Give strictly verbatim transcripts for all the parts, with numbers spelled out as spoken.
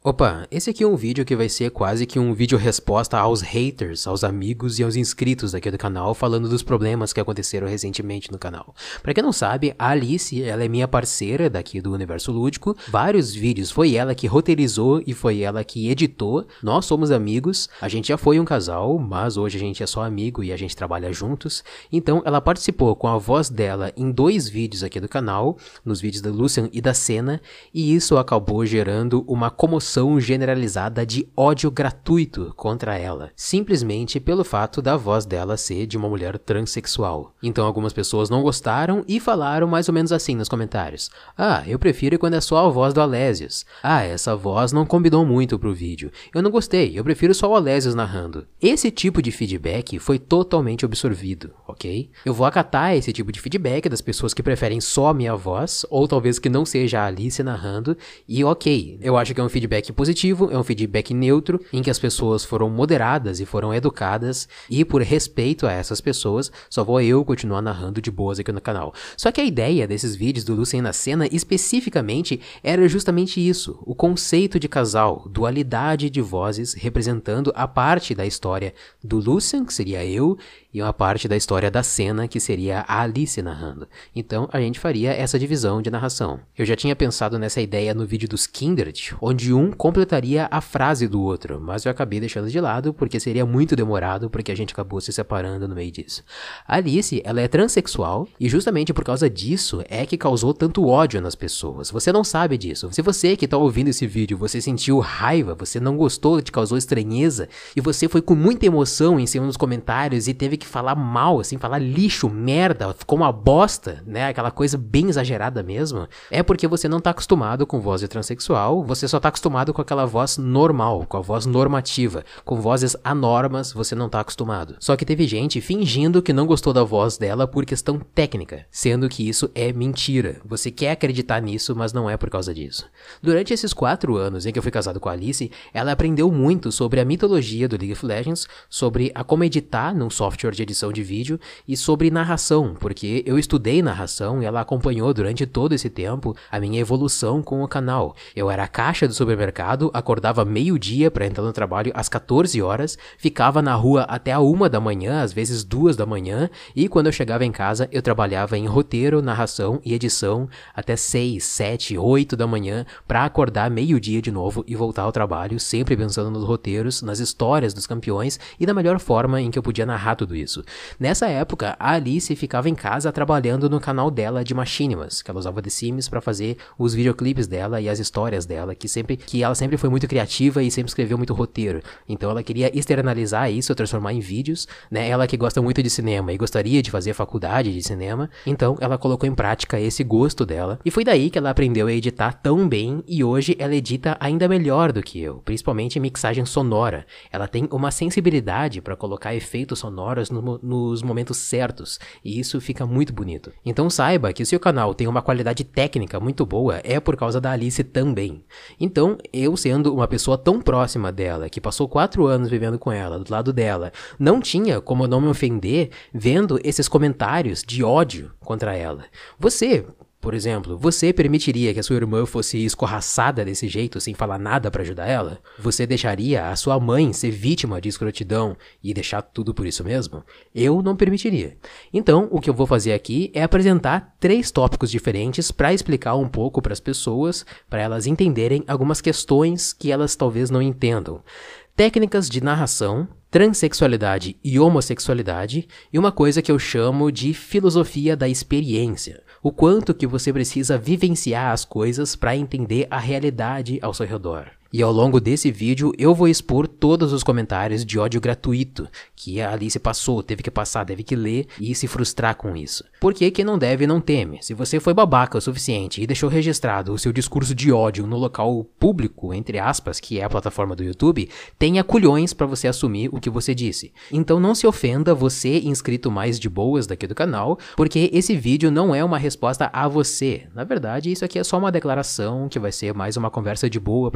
Opa, esse aqui é um vídeo que vai ser quase que um vídeo resposta aos haters, aos amigos e aos inscritos aqui do canal, falando dos problemas que aconteceram recentemente no canal. Pra quem não sabe, a Alice, ela é minha parceira daqui do Universo Lúdico, vários vídeos foi ela que roteirizou e foi ela que editou, nós somos amigos, a gente já foi um casal, mas hoje a gente é só amigo e a gente trabalha juntos, então ela participou com a voz dela em dois vídeos aqui do canal, nos vídeos da Lucian e da Senna, e isso acabou gerando uma comoção generalizada de ódio gratuito contra ela, simplesmente pelo fato da voz dela ser de uma mulher transexual. Então algumas pessoas não gostaram e falaram mais ou menos assim nos comentários: ah, eu prefiro quando é só a voz do Alésios. Ah, essa voz não combinou muito pro vídeo. Eu não gostei, eu prefiro só o Alésios narrando. Esse tipo de feedback foi totalmente absorvido, ok? Eu vou acatar esse tipo de feedback das pessoas que preferem só a minha voz, ou talvez que não seja a Alice narrando, e ok, eu acho que é um feedback positivo, é um feedback neutro, em que as pessoas foram moderadas e foram educadas, e por respeito a essas pessoas, só vou eu continuar narrando de boas aqui no canal. Só que a ideia desses vídeos do Lucian na Senna, especificamente, era justamente isso, o conceito de casal, dualidade de vozes, representando a parte da história do Lucian, que seria eu, e uma parte da história da Senna, que seria a Alice narrando. Então a gente faria essa divisão de narração. Eu já tinha pensado nessa ideia no vídeo dos Kindred, onde um completaria a frase do outro, mas eu acabei deixando de lado porque seria muito demorado, porque a gente acabou se separando no meio disso. A Alice, ela é transexual, e justamente por causa disso é que causou tanto ódio nas pessoas. Você não sabe disso. Se você que está ouvindo esse vídeo, você sentiu raiva, você não gostou, te causou estranheza, e você foi com muita emoção em cima dos comentários e teve que falar mal, assim, falar lixo, merda, ficou uma bosta, né, aquela coisa bem exagerada mesmo, é porque você não tá acostumado com voz de transexual, você só tá acostumado com aquela voz normal, com a voz normativa, com vozes anormas você não tá acostumado. Só que teve gente fingindo que não gostou da voz dela por questão técnica, sendo que isso é mentira. Você quer acreditar nisso, mas não é por causa disso. Durante esses quatro anos em que eu fui casado com a Alice, ela aprendeu muito sobre a mitologia do League of Legends, sobre a como editar num software de edição de vídeo e sobre narração, porque eu estudei narração e ela acompanhou durante todo esse tempo a minha evolução com o canal. Eu era a caixa do supermercado, acordava meio-dia para entrar no trabalho às quatorze horas, ficava na rua até a uma da manhã, às vezes duas da manhã, e quando eu chegava em casa eu trabalhava em roteiro, narração e edição até seis, sete, oito da manhã para acordar meio-dia de novo e voltar ao trabalho, sempre pensando nos roteiros, nas histórias dos campeões e da melhor forma em que eu podia narrar tudo isso. Nessa época, a Alice ficava em casa trabalhando no canal dela de Machinimas, que ela usava The Sims para fazer os videoclipes dela e as histórias dela, que sempre que ela sempre foi muito criativa e sempre escreveu muito roteiro. Então ela queria externalizar isso, transformar em vídeos, né? Ela que gosta muito de cinema e gostaria de fazer faculdade de cinema, então ela colocou em prática esse gosto dela, e foi daí que ela aprendeu a editar tão bem, e hoje ela edita ainda melhor do que eu, principalmente em mixagem sonora. Ela tem uma sensibilidade para colocar efeitos sonoros no, nos momentos certos, e isso fica muito bonito. Então saiba que se o canal tem uma qualidade técnica muito boa, é por causa da Alice também. Então, eu sendo uma pessoa tão próxima dela, que passou quatro anos vivendo com ela, do lado dela, não tinha como não me ofender vendo esses comentários de ódio contra ela. Você... Por exemplo, você permitiria que a sua irmã fosse escorraçada desse jeito sem falar nada pra ajudar ela? Você deixaria a sua mãe ser vítima de escrotidão e deixar tudo por isso mesmo? Eu não permitiria. Então, o que eu vou fazer aqui é apresentar três tópicos diferentes para explicar um pouco para as pessoas, para elas entenderem algumas questões que elas talvez não entendam. Técnicas de narração, transexualidade e homossexualidade, e uma coisa que eu chamo de filosofia da experiência. O quanto que você precisa vivenciar as coisas para entender a realidade ao seu redor. E ao longo desse vídeo eu vou expor todos os comentários de ódio gratuito que a Alice passou, teve que passar, teve que ler e se frustrar com isso. Porque quem não deve não teme. Se você foi babaca o suficiente e deixou registrado o seu discurso de ódio no local público, entre aspas, que é a plataforma do YouTube, tenha culhões para você assumir o que você disse. Então não se ofenda você, inscrito mais de boas daqui do canal, porque esse vídeo não é uma resposta a você. Na verdade, isso aqui é só uma declaração que vai ser mais uma conversa de boa pra gente trocar uma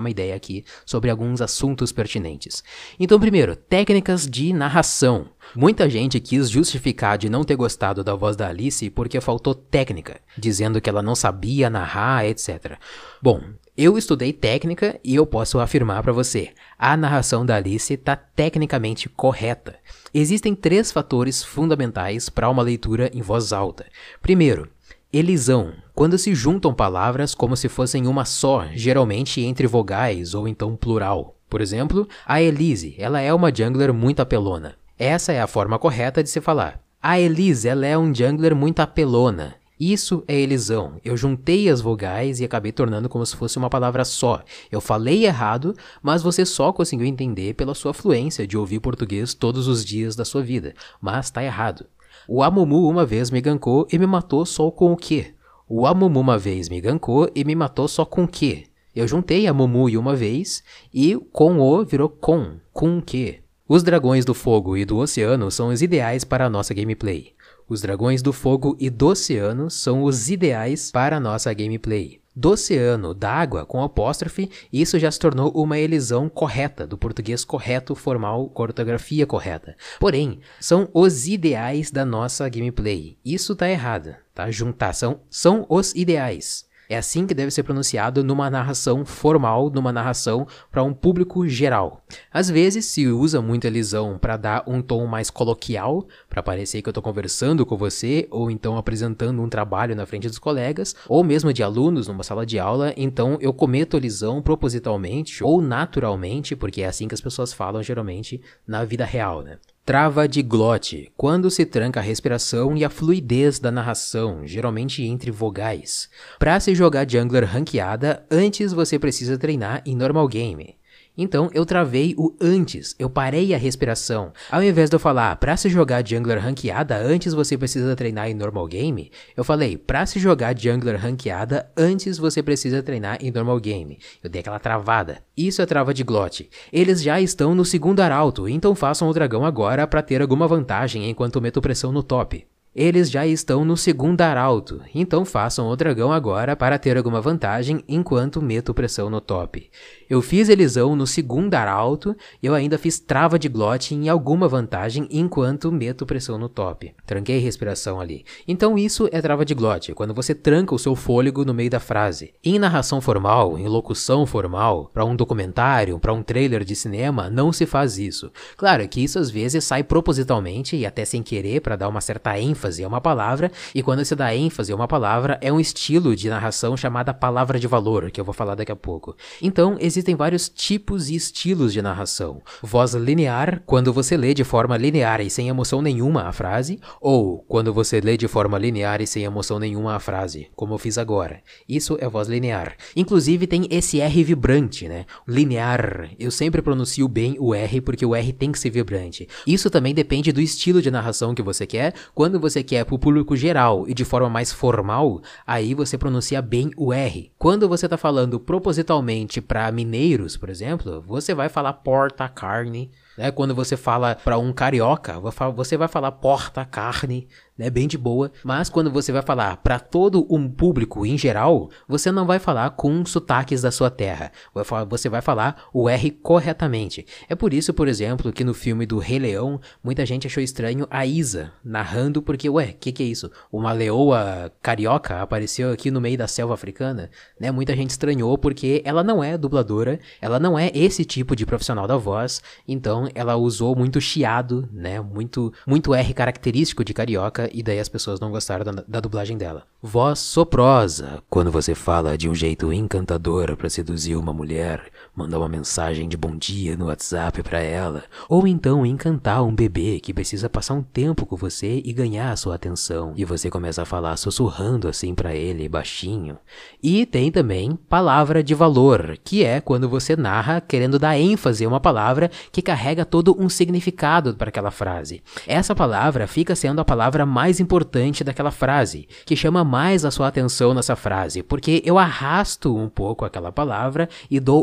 uma ideia aqui sobre alguns assuntos pertinentes. Então, primeiro, técnicas de narração. Muita gente quis justificar de não ter gostado da voz da Alice porque faltou técnica, dizendo que ela não sabia narrar, etcétera. Bom, eu estudei técnica e eu posso afirmar para você, a narração da Alice está tecnicamente correta. Existem três fatores fundamentais para uma leitura em voz alta. Primeiro, elisão, quando se juntam palavras como se fossem uma só, geralmente entre vogais ou então plural. Por exemplo, a Elise, ela é uma jungler muito apelona. Essa é a forma correta de se falar. A Elise, ela é um jungler muito apelona. Isso é elisão. Eu juntei as vogais e acabei tornando como se fosse uma palavra só. Eu falei errado, mas você só conseguiu entender pela sua fluência de ouvir português todos os dias da sua vida. Mas tá errado. O Amumu uma vez me gankou e me matou só com o quê? O Amumu uma vez me gankou e me matou só com o quê? Eu juntei Amumu e uma vez e com o virou com. Com o quê? Os dragões do fogo e do oceano são os ideais para a nossa gameplay. Os dragões do fogo e do oceano são os ideais para a nossa gameplay. Do oceano, da água, com apóstrofe, isso já se tornou uma elisão correta, do português correto, formal, com ortografia correta. Porém, são os ideais da nossa gameplay. Isso tá errado, tá? Juntar, são, são os ideais. É assim que deve ser pronunciado numa narração formal, numa narração para um público geral. Às vezes se usa muito elisão para dar um tom mais coloquial, para parecer que eu estou conversando com você, ou então apresentando um trabalho na frente dos colegas, ou mesmo de alunos numa sala de aula, então eu cometo elisão propositalmente ou naturalmente, porque é assim que as pessoas falam geralmente na vida real, né? Trava de glote, quando se tranca a respiração e a fluidez da narração, geralmente entre vogais. Para se jogar jungler ranqueada, antes você precisa treinar em normal game. Então eu travei o antes, eu parei a respiração. Ao invés de eu falar, pra se jogar jungler ranqueada, antes você precisa treinar em normal game, eu falei, pra se jogar jungler ranqueada, antes você precisa treinar em normal game. Eu dei aquela travada. Isso é trava de glote. Eles já estão no segundo arauto, então façam o dragão agora pra ter alguma vantagem enquanto meto pressão no top. Eles já estão no segundo arauto, então façam o dragão agora para ter alguma vantagem enquanto meto pressão no top. Eu fiz elisão no segundo arauto e eu ainda fiz trava de glote em alguma vantagem enquanto meto pressão no top. Tranquei respiração ali. Então isso é trava de glote, quando você tranca o seu fôlego no meio da frase. Em narração formal, em locução formal, para um documentário, para um trailer de cinema, não se faz isso. Claro que isso às vezes sai propositalmente e até sem querer para dar uma certa ênfase a uma palavra, e quando se dá ênfase a uma palavra, é um estilo de narração chamada palavra de valor, que eu vou falar daqui a pouco. Então, existem vários tipos e estilos de narração. Voz linear, quando você lê de forma linear e sem emoção nenhuma a frase, ou quando você lê de forma linear e sem emoção nenhuma a frase, como eu fiz agora. Isso é voz linear. Inclusive tem esse R vibrante, né? Linear. Eu sempre pronuncio bem o R porque o R tem que ser vibrante. Isso também depende do estilo de narração que você quer. Quando você quer para o público geral e de forma mais formal, aí você pronuncia bem o R. Quando você está falando propositalmente para mineiros, por exemplo, você vai falar porta carne. Né? Quando você fala para um carioca, você vai falar porta carne, né? Bem de boa. Mas quando você vai falar para todo um público em geral, você não vai falar com sotaques da sua terra. Você vai falar o R corretamente. É por isso, por exemplo, que no filme do Rei Leão, muita gente achou estranho a Isa narrando, porque, ué, o que, que é isso? Uma leoa carioca apareceu aqui no meio da selva africana? Né? Muita gente estranhou porque ela não é dubladora, ela não é esse tipo de profissional da voz, então ela usou muito chiado, né? Muito, muito R característico de carioca, e daí as pessoas não gostaram da, da dublagem dela. Voz soprosa, quando você fala de um jeito encantador para seduzir uma mulher, mandar uma mensagem de bom dia no WhatsApp para ela, ou então encantar um bebê que precisa passar um tempo com você e ganhar a sua atenção, e você começa a falar sussurrando assim para ele, baixinho. E tem também palavra de valor, que é quando você narra querendo dar ênfase a uma palavra que carrega todo um significado para aquela frase. Essa palavra fica sendo a palavra mais importante daquela frase, que chama mais a sua atenção nessa frase, porque eu arrasto um pouco aquela palavra e dou um pouco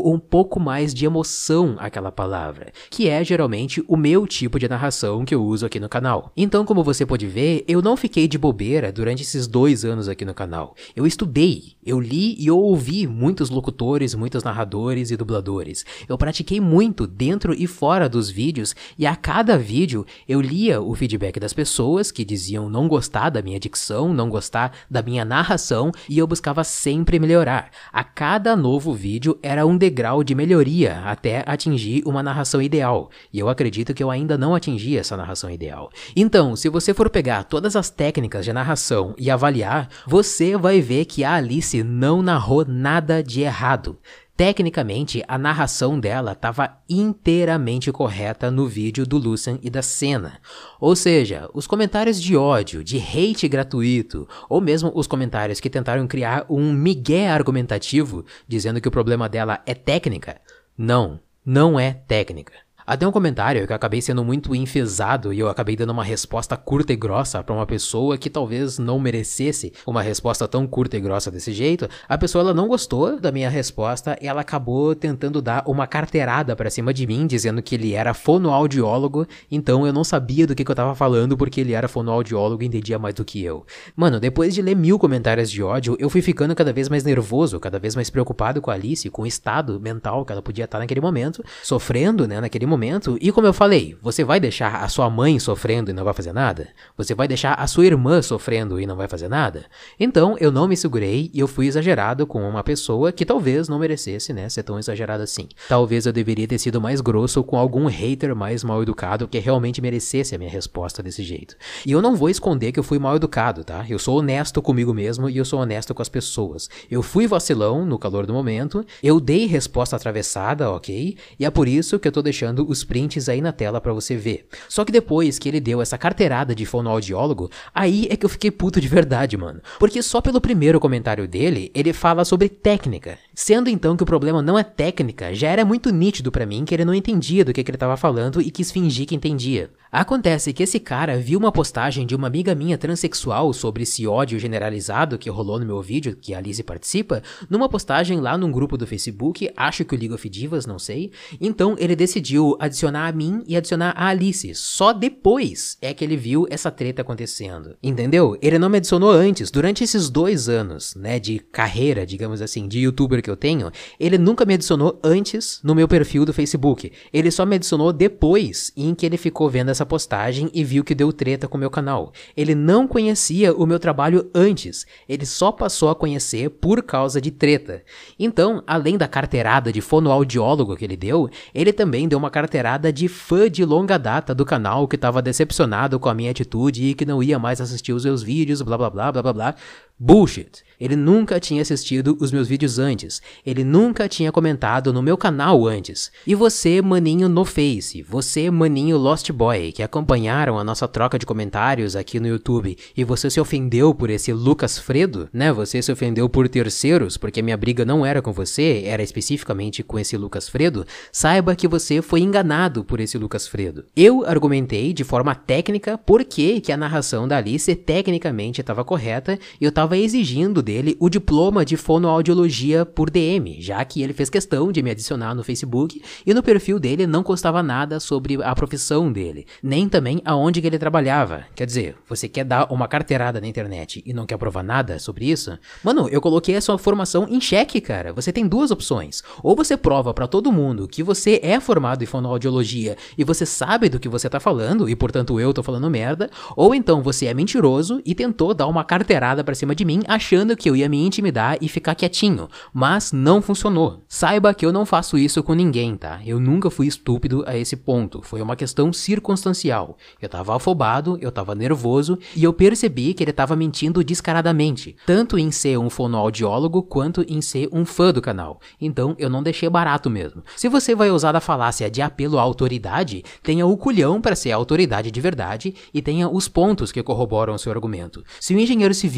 pouco mais de emoção àquela palavra, que é geralmente o meu tipo de narração que eu uso aqui no canal. Então, como você pode ver, eu não fiquei de bobeira durante esses dois anos aqui no canal. Eu estudei, eu li e eu ouvi muitos locutores, muitos narradores e dubladores. Eu pratiquei muito dentro e fora dos vídeos e a cada vídeo eu lia o feedback das pessoas que diziam não gostar da minha dicção, não gostar da minha narração e eu buscava sempre melhorar. A cada novo vídeo era um degrau de melhoria até atingir uma narração ideal. E eu acredito que eu ainda não atingi essa narração ideal. Então, se você for pegar todas as técnicas de narração e avaliar, você vai ver que a Alice não narrou nada de errado. Tecnicamente, a narração dela estava inteiramente correta no vídeo do Lucian e da Senna. Ou seja, os comentários de ódio, de hate gratuito, ou mesmo os comentários que tentaram criar um migué argumentativo, dizendo que o problema dela é técnica, não, não é técnica. Até um comentário que eu acabei sendo muito enfesado e eu acabei dando uma resposta curta e grossa pra uma pessoa que talvez não merecesse uma resposta tão curta e grossa desse jeito. A pessoa ela não gostou da minha resposta e ela acabou tentando dar uma carteirada pra cima de mim, dizendo que ele era fonoaudiólogo, então eu não sabia do que, que eu tava falando porque ele era fonoaudiólogo e entendia mais do que eu. Mano, depois de ler mil comentários de ódio, eu fui ficando cada vez mais nervoso, cada vez mais preocupado com a Alice, com o estado mental que ela podia estar naquele momento, sofrendo, né, naquele momento. momento, e como eu falei, você vai deixar a sua mãe sofrendo e não vai fazer nada? Você vai deixar a sua irmã sofrendo e não vai fazer nada? Então, eu não me segurei e eu fui exagerado com uma pessoa que talvez não merecesse, né, ser tão exagerado assim. Talvez eu deveria ter sido mais grosso com algum hater mais mal educado que realmente merecesse a minha resposta desse jeito. E eu não vou esconder que eu fui mal educado, tá? Eu sou honesto comigo mesmo e eu sou honesto com as pessoas. Eu fui vacilão no calor do momento, eu dei resposta atravessada, ok? E é por isso que eu tô deixando os prints aí na tela pra você ver. Só que depois que ele deu essa carteirada de fonoaudiólogo, aí é que eu fiquei puto de verdade, mano. Porque só pelo primeiro comentário dele, ele fala sobre técnica. Sendo então que o problema não é técnica, já era muito nítido pra mim que ele não entendia do que, que ele tava falando e quis fingir que entendia. Acontece que esse cara viu uma postagem de uma amiga minha transexual sobre esse ódio generalizado que rolou no meu vídeo, que a Alice participa, numa postagem lá num grupo do Facebook, acho que o League of Divas, não sei. Então ele decidiu adicionar a mim e adicionar a Alice. Só depois é que ele viu essa treta acontecendo. Entendeu? Ele não me adicionou antes. Durante esses dois anos, né, de carreira, digamos assim, de youtuber que eu tenho, ele nunca me adicionou antes no meu perfil do Facebook. Ele só me adicionou depois em que ele ficou vendo essa postagem e viu que deu treta com o meu canal. Ele não conhecia o meu trabalho antes. Ele só passou a conhecer por causa de treta. Então, além da carteirada de fonoaudiólogo que ele deu, ele também deu uma carteirada de fã de longa data do canal que estava decepcionado com a minha atitude e que não ia mais assistir os meus vídeos, blá blá blá blá blá blá. Bullshit. Ele nunca tinha assistido os meus vídeos antes. Ele nunca tinha comentado no meu canal antes. E você, maninho no Face, você, maninho Lost Boy, que acompanharam a nossa troca de comentários aqui no YouTube, e você se ofendeu por esse Lucas Fredo, né? Você se ofendeu por terceiros, porque minha briga não era com você, era especificamente com esse Lucas Fredo, saiba que você foi enganado por esse Lucas Fredo. Eu argumentei de forma técnica por que que a narração da Alice tecnicamente estava correta e eu estava exigindo dele o diploma de fonoaudiologia por D M, já que ele fez questão de me adicionar no Facebook e no perfil dele não constava nada sobre a profissão dele, nem também aonde que ele trabalhava. Quer dizer, você quer dar uma carteirada na internet e não quer provar nada sobre isso? Mano, eu coloquei a sua formação em xeque, cara. Você tem duas opções. Ou você prova pra todo mundo que você é formado em fonoaudiologia e você sabe do que você tá falando e, portanto, eu tô falando merda, ou então você é mentiroso e tentou dar uma carteirada pra cima de mim achando que eu ia me intimidar e ficar quietinho, mas não funcionou. Saiba que eu não faço isso com ninguém, tá? Eu nunca fui estúpido a esse ponto, foi uma questão circunstancial. Eu tava afobado, eu tava nervoso e eu percebi que ele tava mentindo descaradamente, tanto em ser um fonoaudiólogo quanto em ser um fã do canal. Então eu não deixei barato mesmo. Se você vai usar da falácia de apelo à autoridade, tenha o culhão para ser a autoridade de verdade e tenha os pontos que corroboram o seu argumento. Se o engenheiro civil disser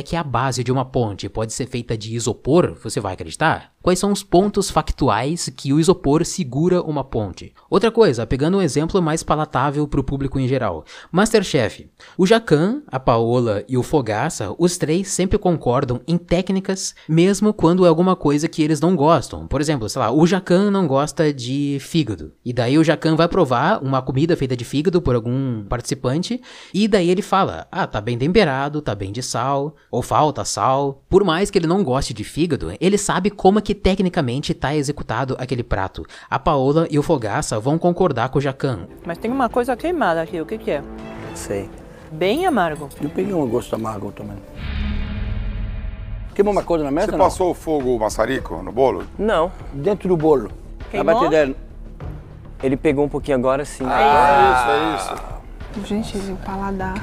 disser que a base de uma ponte pode ser feita de isopor, você vai acreditar? Quais são os pontos factuais que o isopor segura uma ponte? Outra coisa, pegando um exemplo mais palatável para o público em geral. MasterChef. O Jacan, a Paola e o Fogaça, os três sempre concordam em técnicas, mesmo quando é alguma coisa que eles não gostam. Por exemplo, sei lá, o Jacan não gosta de fígado. E daí o Jacan vai provar uma comida feita de fígado por algum participante, e daí ele fala, ah, tá bem temperado, tá bem de sal, ou falta sal. Por mais que ele não goste de fígado, ele sabe como é que tecnicamente tá executado aquele prato. A Paola e o Fogaça vão concordar com o Jacan. Mas tem uma coisa queimada aqui, o que que é? Sei. Bem amargo. Eu peguei um gosto amargo também. Queimou uma coisa na mesa? Você não? passou o fogo maçarico no bolo? Não. Dentro do bolo. Queimou? Na batedeira. Ele pegou um pouquinho agora, sim. Ah, é isso, é isso. Gente, o paladar.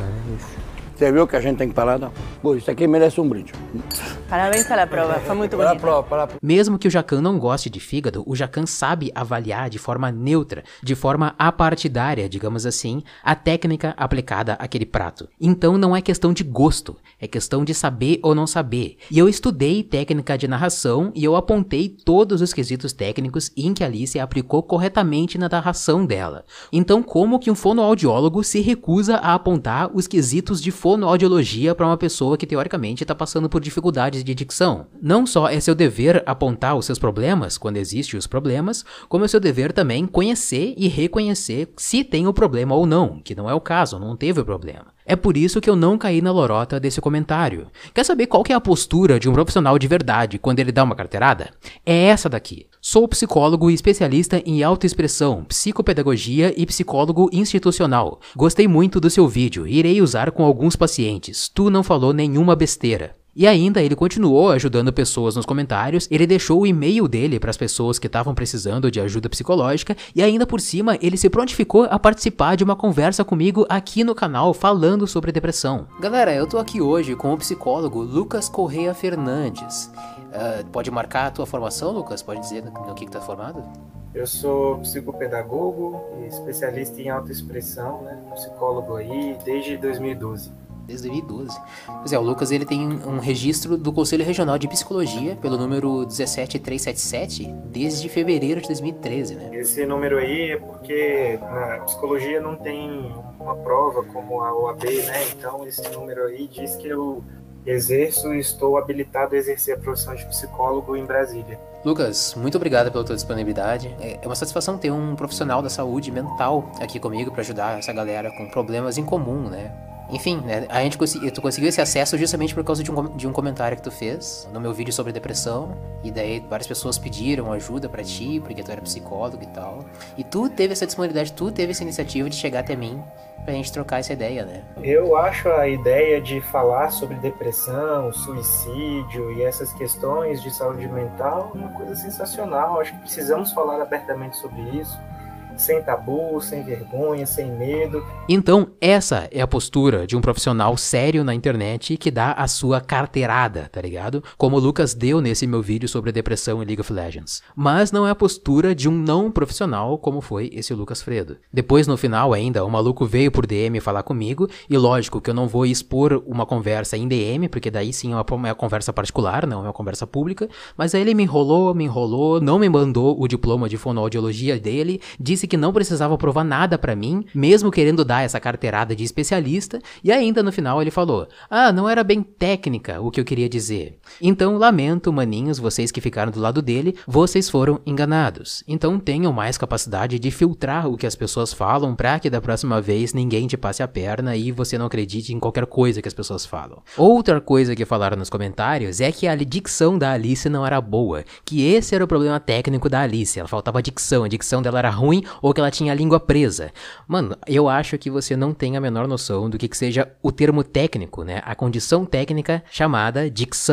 Você viu que a gente tem que parar? Não? Pô, isso aqui merece um brinde. Parabéns pela prova, foi muito Para a bonita. prova, para a prova. Mesmo que o Jacan não goste de fígado, o Jacan sabe avaliar de forma neutra, de forma apartidária, digamos assim, a técnica aplicada àquele prato. Então não é questão de gosto, é questão de saber ou não saber. E eu estudei técnica de narração e eu apontei todos os quesitos técnicos em que a Alice aplicou corretamente na narração dela. Então como que um fonoaudiólogo se recusa a apontar os quesitos de fonoaudiologia para uma pessoa que teoricamente está passando por dificuldades de dicção? Não só é seu dever apontar os seus problemas, quando existem os problemas, como é seu dever também conhecer e reconhecer se tem o problema ou não, que não é o caso, não teve o problema. É por isso que eu não caí na lorota desse comentário. Quer saber qual que é a postura de um profissional de verdade quando ele dá uma carteirada? É essa daqui. Sou psicólogo e especialista em autoexpressão, psicopedagogia e psicólogo institucional. Gostei muito do seu vídeo, irei usar com alguns pacientes. Tu não falou nenhuma besteira. E ainda ele continuou ajudando pessoas nos comentários, ele deixou o e-mail dele para as pessoas que estavam precisando de ajuda psicológica e ainda por cima ele se prontificou a participar de uma conversa comigo aqui no canal falando sobre depressão. Galera, eu tô aqui hoje com o psicólogo Lucas Correia Fernandes. Uh, pode marcar a tua formação, Lucas? Pode dizer no, no que que tá formado? Eu sou psicopedagogo e especialista em autoexpressão, né? Psicólogo aí desde dois mil e doze. Desde dois mil e doze. Pois é, o Lucas ele tem um registro do Conselho Regional de Psicologia, pelo número dezessete mil trezentos e setenta e sete, desde fevereiro de dois mil e treze, né? Esse número aí é porque na psicologia não tem uma prova como a O A B, né? Então esse número aí diz que eu exerço e estou habilitado a exercer a profissão de psicólogo em Brasília. Lucas, muito obrigado pela tua disponibilidade. É uma satisfação ter um profissional da saúde mental aqui comigo para ajudar essa galera com problemas em comum, né? Enfim, né, a gente consegui, tu conseguiu esse acesso justamente por causa de um, de um comentário que tu fez no meu vídeo sobre depressão. E daí várias pessoas pediram ajuda pra ti, porque tu era psicólogo e tal. E tu teve essa disponibilidade, tu teve essa iniciativa de chegar até mim pra gente trocar essa ideia, né? Eu acho a ideia de falar sobre depressão, suicídio e essas questões de saúde mental uma coisa sensacional. Acho que precisamos falar abertamente sobre isso. Sem tabu, sem vergonha, sem medo. Então, essa é a postura de um profissional sério na internet que dá a sua carteirada, tá ligado? Como o Lucas deu nesse meu vídeo sobre depressão em League of Legends. Mas não é a postura de um não profissional como foi esse Lucas Fredo. Depois, no final ainda, o maluco veio por D M falar comigo, e lógico que eu não vou expor uma conversa em D M, porque daí sim é uma, uma conversa particular, não é uma conversa pública, mas aí ele me enrolou, me enrolou, não me mandou o diploma de fonoaudiologia dele, disse que não precisava provar nada pra mim, mesmo querendo dar essa carteirada de especialista, e ainda no final ele falou, ah, não era bem técnica o que eu queria dizer. Então, lamento, maninhos, vocês que ficaram do lado dele, vocês foram enganados. Então tenham mais capacidade de filtrar o que as pessoas falam pra que da próxima vez ninguém te passe a perna e você não acredite em qualquer coisa que as pessoas falam. Outra coisa que falaram nos comentários é que a dicção da Alice não era boa, que esse era o problema técnico da Alice, ela faltava dicção, a dicção dela era ruim ou que ela tinha a língua presa. Mano, eu acho que você não tem a menor noção do que, que seja o termo técnico, né? A condição técnica chamada dicção.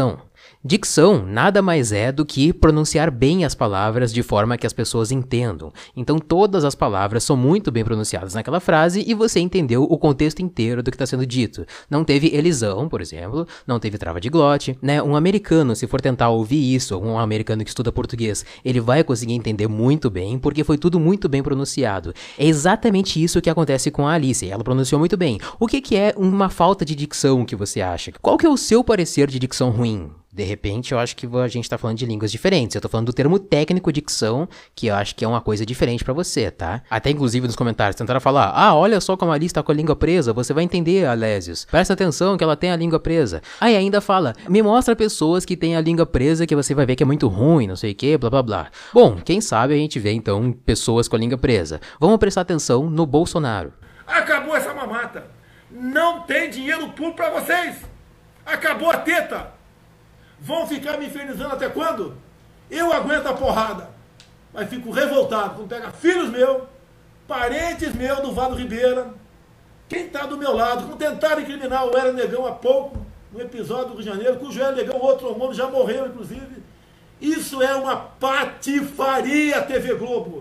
Dicção nada mais é do que pronunciar bem as palavras de forma que as pessoas entendam. Então todas as palavras são muito bem pronunciadas naquela frase e você entendeu o contexto inteiro do que está sendo dito. Não teve elisão, por exemplo, não teve trava de glote, né? Um americano, se for tentar ouvir isso, um americano que estuda português, ele vai conseguir entender muito bem, porque foi tudo muito bem pronunciado. É exatamente isso que acontece com a Alice, ela pronunciou muito bem. O que que é uma falta de dicção que você acha? Qual que é o seu parecer de dicção ruim? De repente, eu acho que a gente tá falando de línguas diferentes. Eu tô falando do termo técnico dicção, que eu acho que é uma coisa diferente pra você, tá? Até inclusive nos comentários tentaram falar: ah, olha só como a Alice tá com a língua presa, você vai entender, Alésios. Presta atenção que ela tem a língua presa. Aí ainda fala: me mostra pessoas que têm a língua presa que você vai ver que é muito ruim, não sei o que, blá blá blá. Bom, quem sabe a gente vê então pessoas com a língua presa. Vamos prestar atenção no Bolsonaro. Acabou essa mamata. Não tem dinheiro público pra vocês. Acabou a teta. Vão ficar me infernizando até quando? Eu aguento a porrada, mas fico revoltado quando pega filhos meus, parentes meus do Vado Ribeira, quem está do meu lado, quando tentaram incriminar o Hélio Negão há pouco, no episódio do Rio de Janeiro, cujo Hélio Negão, outro hormônio, já morreu, inclusive. Isso é uma patifaria, T V Globo.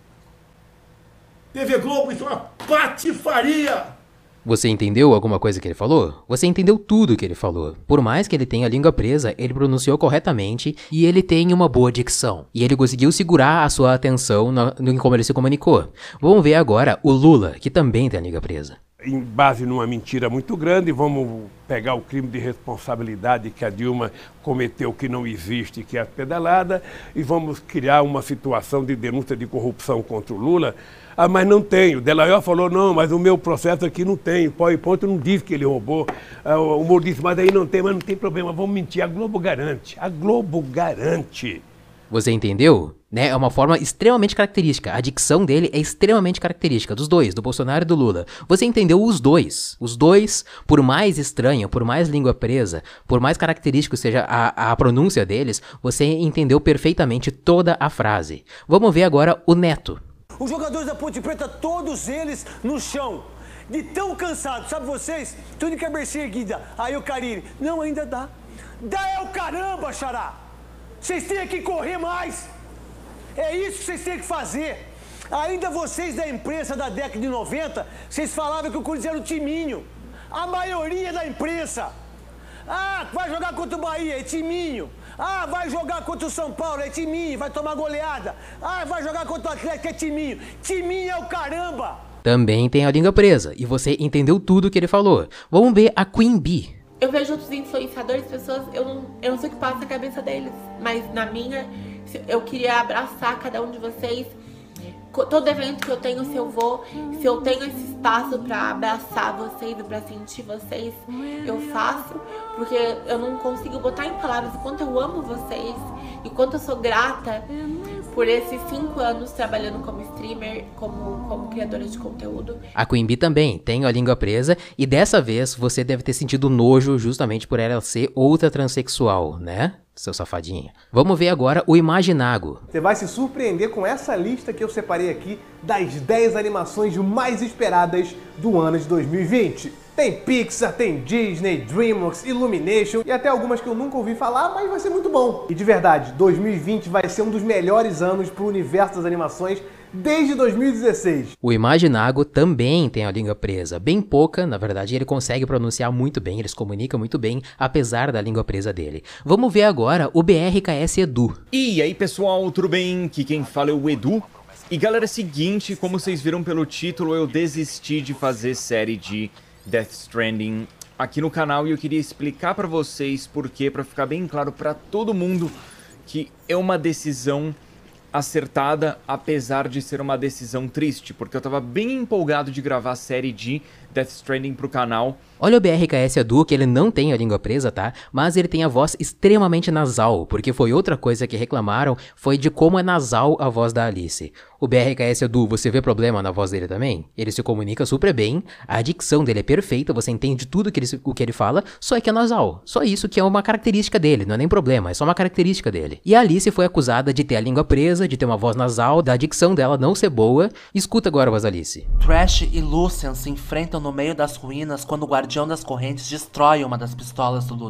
T V Globo, isso é uma patifaria. Você entendeu alguma coisa que ele falou? Você entendeu tudo que ele falou. Por mais que ele tenha a língua presa, ele pronunciou corretamente e ele tem uma boa dicção. E ele conseguiu segurar a sua atenção no, no, em como ele se comunicou. Vamos ver agora o Lula, que também tem a língua presa. Em base numa mentira muito grande, vamos pegar o crime de responsabilidade que a Dilma cometeu, que não existe, que é a pedalada, e vamos criar uma situação de denúncia de corrupção contra o Lula. Ah, mas não tem. O Delayor falou: não, mas o meu processo aqui não tem. O PowerPoint não diz que ele roubou. Ah, o Moro disse: mas aí não tem, mas não tem problema, vamos mentir. A Globo garante. A Globo garante. Você entendeu? Né? É uma forma extremamente característica. A dicção dele é extremamente característica. Dos dois, do Bolsonaro e do Lula. Você entendeu os dois. Os dois, por mais estranho, por mais língua presa, por mais característico seja a, a pronúncia deles, você entendeu perfeitamente toda a frase. Vamos ver agora o Neto. Os jogadores da Ponte Preta, todos eles no chão, de tão cansados, sabe vocês? Tudo que é bercinha erguida. Aí o Carille: não, ainda dá. Dá é o caramba, xará. Vocês têm que correr mais. É isso que vocês têm que fazer. Ainda vocês da imprensa da década de noventa, vocês falavam que o Corinthians era o timinho. A maioria da imprensa. Ah, vai jogar contra o Bahia, é timinho. Ah, vai jogar contra o São Paulo, é timinho, vai tomar goleada. Ah, vai jogar contra o Atlético, é timinho. Timinho é o caramba. Também tem a língua presa, e você entendeu tudo que ele falou. Vamos ver a Queen Bee. Eu vejo outros influenciadores, pessoas, eu não, eu não sei o que passa na cabeça deles, mas na minha, eu queria abraçar cada um de vocês. Todo evento que eu tenho, se eu vou, se eu tenho esse espaço pra abraçar vocês e pra sentir vocês, eu faço, porque eu não consigo botar em palavras o quanto eu amo vocês e quanto eu sou grata por esses cinco anos trabalhando como streamer, como, como criadora de conteúdo. A Queen Bee também tem a língua presa e dessa vez você deve ter sentido nojo justamente por ela ser outra transexual, né? Seu safadinho. Vamos ver agora o Imaginago. Você vai se surpreender com essa lista que eu separei aqui das dez animações mais esperadas do ano de dois mil e vinte. Tem Pixar, tem Disney, DreamWorks, Illumination e até algumas que eu nunca ouvi falar, mas vai ser muito bom. E de verdade, dois mil e vinte vai ser um dos melhores anos para o universo das animações desde dois mil e dezesseis. O Imaginago também tem a língua presa, bem pouca, na verdade ele consegue pronunciar muito bem, ele se comunica muito bem, apesar da língua presa dele. Vamos ver agora o B R K S Edu. E aí pessoal, tudo bem? Aqui quem fala é o Edu. E galera, é o seguinte, como vocês viram pelo título, eu desisti de fazer série de Death Stranding aqui no canal e eu queria explicar pra vocês por quê, pra ficar bem claro pra todo mundo que é uma decisão acertada, apesar de ser uma decisão triste, porque eu tava bem empolgado de gravar a série de Death Stranding pro canal. Olha o B R K S Edu, que ele não tem a língua presa, tá? Mas ele tem a voz extremamente nasal, porque foi outra coisa que reclamaram, foi de como é nasal a voz da Alice. O B R K S Edu, você vê problema na voz dele também? Ele se comunica super bem, a dicção dele é perfeita, você entende tudo que ele, o que ele fala, só é que é nasal. Só isso que é uma característica dele, não é nem problema, é só uma característica dele. E a Alice foi acusada de ter a língua presa, de ter uma voz nasal, da dicção dela não ser boa. Escuta agora a voz da Alice. Thresh e Lucian se enfrentam no meio das ruínas quando o Guardião das Correntes destrói uma das pistolas do Lucian.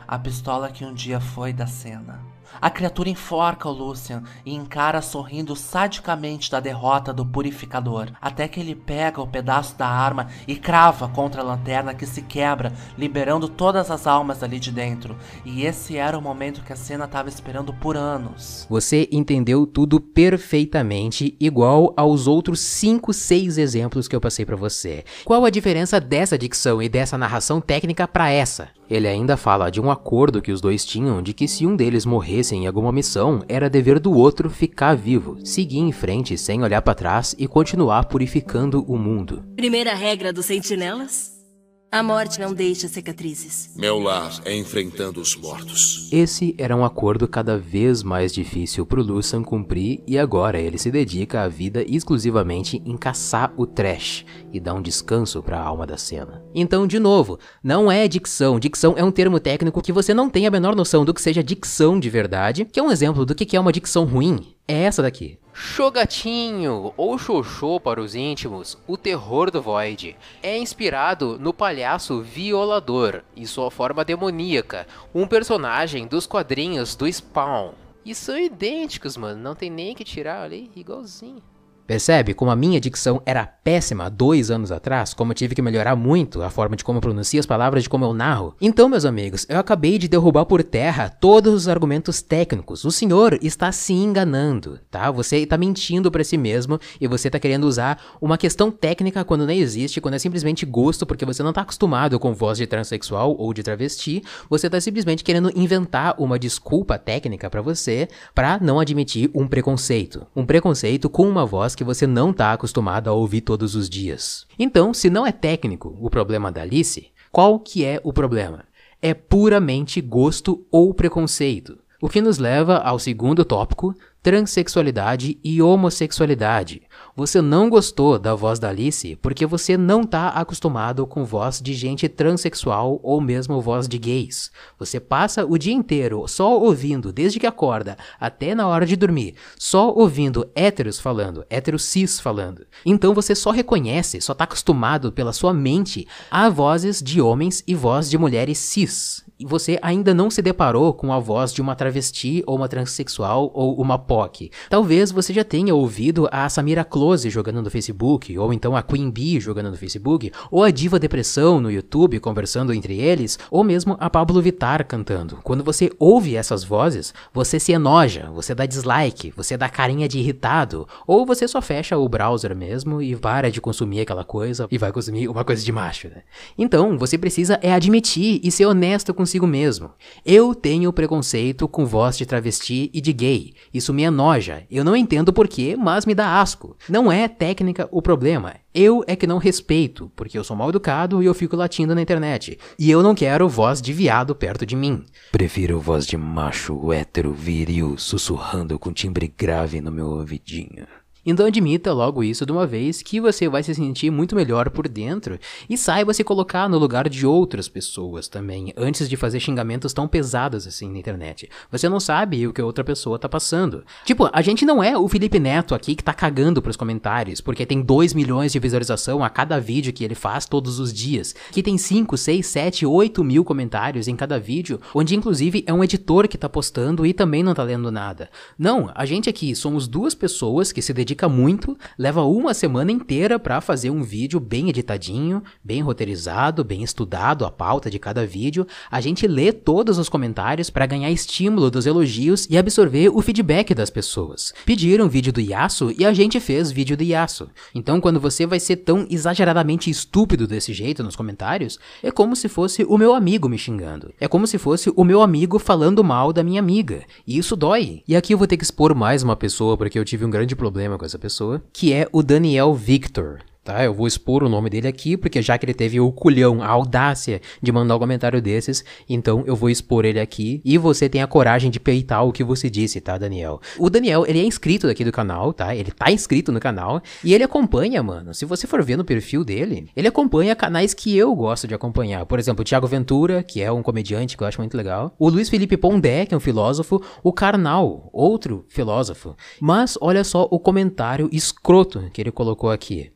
A pistola que um dia foi da cena. A criatura enforca o Lucian e encara sorrindo sadicamente da derrota do purificador, até que ele pega o pedaço da arma e crava contra a lanterna que se quebra, liberando todas as almas ali de dentro. E esse era o momento que a cena estava esperando por anos. Você entendeu tudo perfeitamente, igual aos outros cinco, seis exemplos que eu passei pra você. Qual a diferença dessa dicção e dessa narração técnica pra essa? Ele ainda fala de um acordo que os dois tinham de que se um deles morresse em alguma missão, era dever do outro ficar vivo, seguir em frente sem olhar pra trás e continuar purificando o mundo. Primeira regra dos sentinelas: a morte não deixa cicatrizes. Meu lar é enfrentando os mortos. Esse era um acordo cada vez mais difícil pro Lucian cumprir e agora ele se dedica a vida exclusivamente em caçar o trash e dar um descanso pra alma da cena. Então, de novo, não é dicção. Dicção é um termo técnico que você não tem a menor noção do que seja dicção de verdade, que é um exemplo do que é uma dicção ruim. É essa daqui. Shogatinho, ou Xoxô para os íntimos, o terror do Void, é inspirado no palhaço Violador e sua forma demoníaca, um personagem dos quadrinhos do Spawn. E são idênticos, mano, não tem nem que tirar ali, igualzinho. Percebe como a minha dicção era péssima dois anos atrás? Como eu tive que melhorar muito a forma de como eu pronuncio as palavras, de como eu narro? Então, meus amigos, eu acabei de derrubar por terra todos os argumentos técnicos. O senhor está se enganando, tá? Você está mentindo para si mesmo e você está querendo usar uma questão técnica quando não existe, quando é simplesmente gosto, porque você não está acostumado com voz de transexual ou de travesti. Você está simplesmente querendo inventar uma desculpa técnica para você para não admitir um preconceito. Um preconceito com uma voz que você não está acostumado a ouvir todos os dias. Então, se não é técnico o problema da Alice, qual que é o problema? É puramente gosto ou preconceito. O que nos leva ao segundo tópico, transexualidade e homossexualidade. Você não gostou da voz da Alice porque você não está acostumado com voz de gente transexual ou mesmo voz de gays. Você passa o dia inteiro só ouvindo, desde que acorda até na hora de dormir, só ouvindo héteros falando, héteros cis falando. Então você só reconhece, só está acostumado pela sua mente a vozes de homens e voz de mulheres cis. E você ainda não se deparou com a voz de uma travesti ou uma transexual ou uma P O C. Talvez você já tenha ouvido a Samira Close jogando no Facebook, ou então a Queen Bee jogando no Facebook, ou a Diva Depressão no YouTube conversando entre eles, ou mesmo a Pablo Vittar cantando. Quando você ouve essas vozes, você se enoja, você dá dislike, você dá carinha de irritado, ou você só fecha o browser mesmo e para de consumir aquela coisa e vai consumir uma coisa de macho, né? Então, você precisa é admitir e ser honesto com consigo mesmo. Eu tenho preconceito com voz de travesti e de gay. Isso me enoja. Eu não entendo porquê, mas me dá asco. Não é técnica o problema. Eu é que não respeito, porque eu sou mal educado e eu fico latindo na internet. E eu não quero voz de viado perto de mim. Prefiro voz de macho hétero viril sussurrando com timbre grave no meu ouvidinho. Então admita logo isso de uma vez, que você vai se sentir muito melhor por dentro e saiba se colocar no lugar de outras pessoas também, antes de fazer xingamentos tão pesados assim na internet. Você não sabe o que a outra pessoa tá passando. Tipo, a gente não é o Felipe Neto aqui que tá cagando pros comentários, porque tem dois milhões de visualização a cada vídeo que ele faz todos os dias, que tem cinco, seis, sete, oito mil comentários em cada vídeo, onde inclusive é um editor que tá postando e também não tá lendo nada. Não, a gente aqui somos duas pessoas que se dedicam muito, leva uma semana inteira pra fazer um vídeo bem editadinho, bem roteirizado, bem estudado, a pauta de cada vídeo. A gente lê todos os comentários pra ganhar estímulo dos elogios e absorver o feedback das pessoas. Pediram vídeo do Yasuo e a gente fez vídeo do Yasuo. Então quando você vai ser tão exageradamente estúpido desse jeito nos comentários, é como se fosse o meu amigo me xingando. É como se fosse o meu amigo falando mal da minha amiga. E isso dói. E aqui eu vou ter que expor mais uma pessoa, porque eu tive um grande problema com essa pessoa, que é o Daniel Victor. Tá, eu vou expor o nome dele aqui, porque já que ele teve o culhão, a audácia de mandar um comentário desses, então eu vou expor ele aqui, e você tem a coragem de peitar o que você disse, tá, Daniel? O Daniel, ele é inscrito daqui do canal, tá? Ele tá inscrito no canal, e ele acompanha, mano, se você for ver no perfil dele, ele acompanha canais que eu gosto de acompanhar. Por exemplo, o Thiago Ventura, que é um comediante que eu acho muito legal, o Luiz Felipe Pondé, que é um filósofo, o Karnal, outro filósofo. Mas olha só o comentário escroto que ele colocou aqui.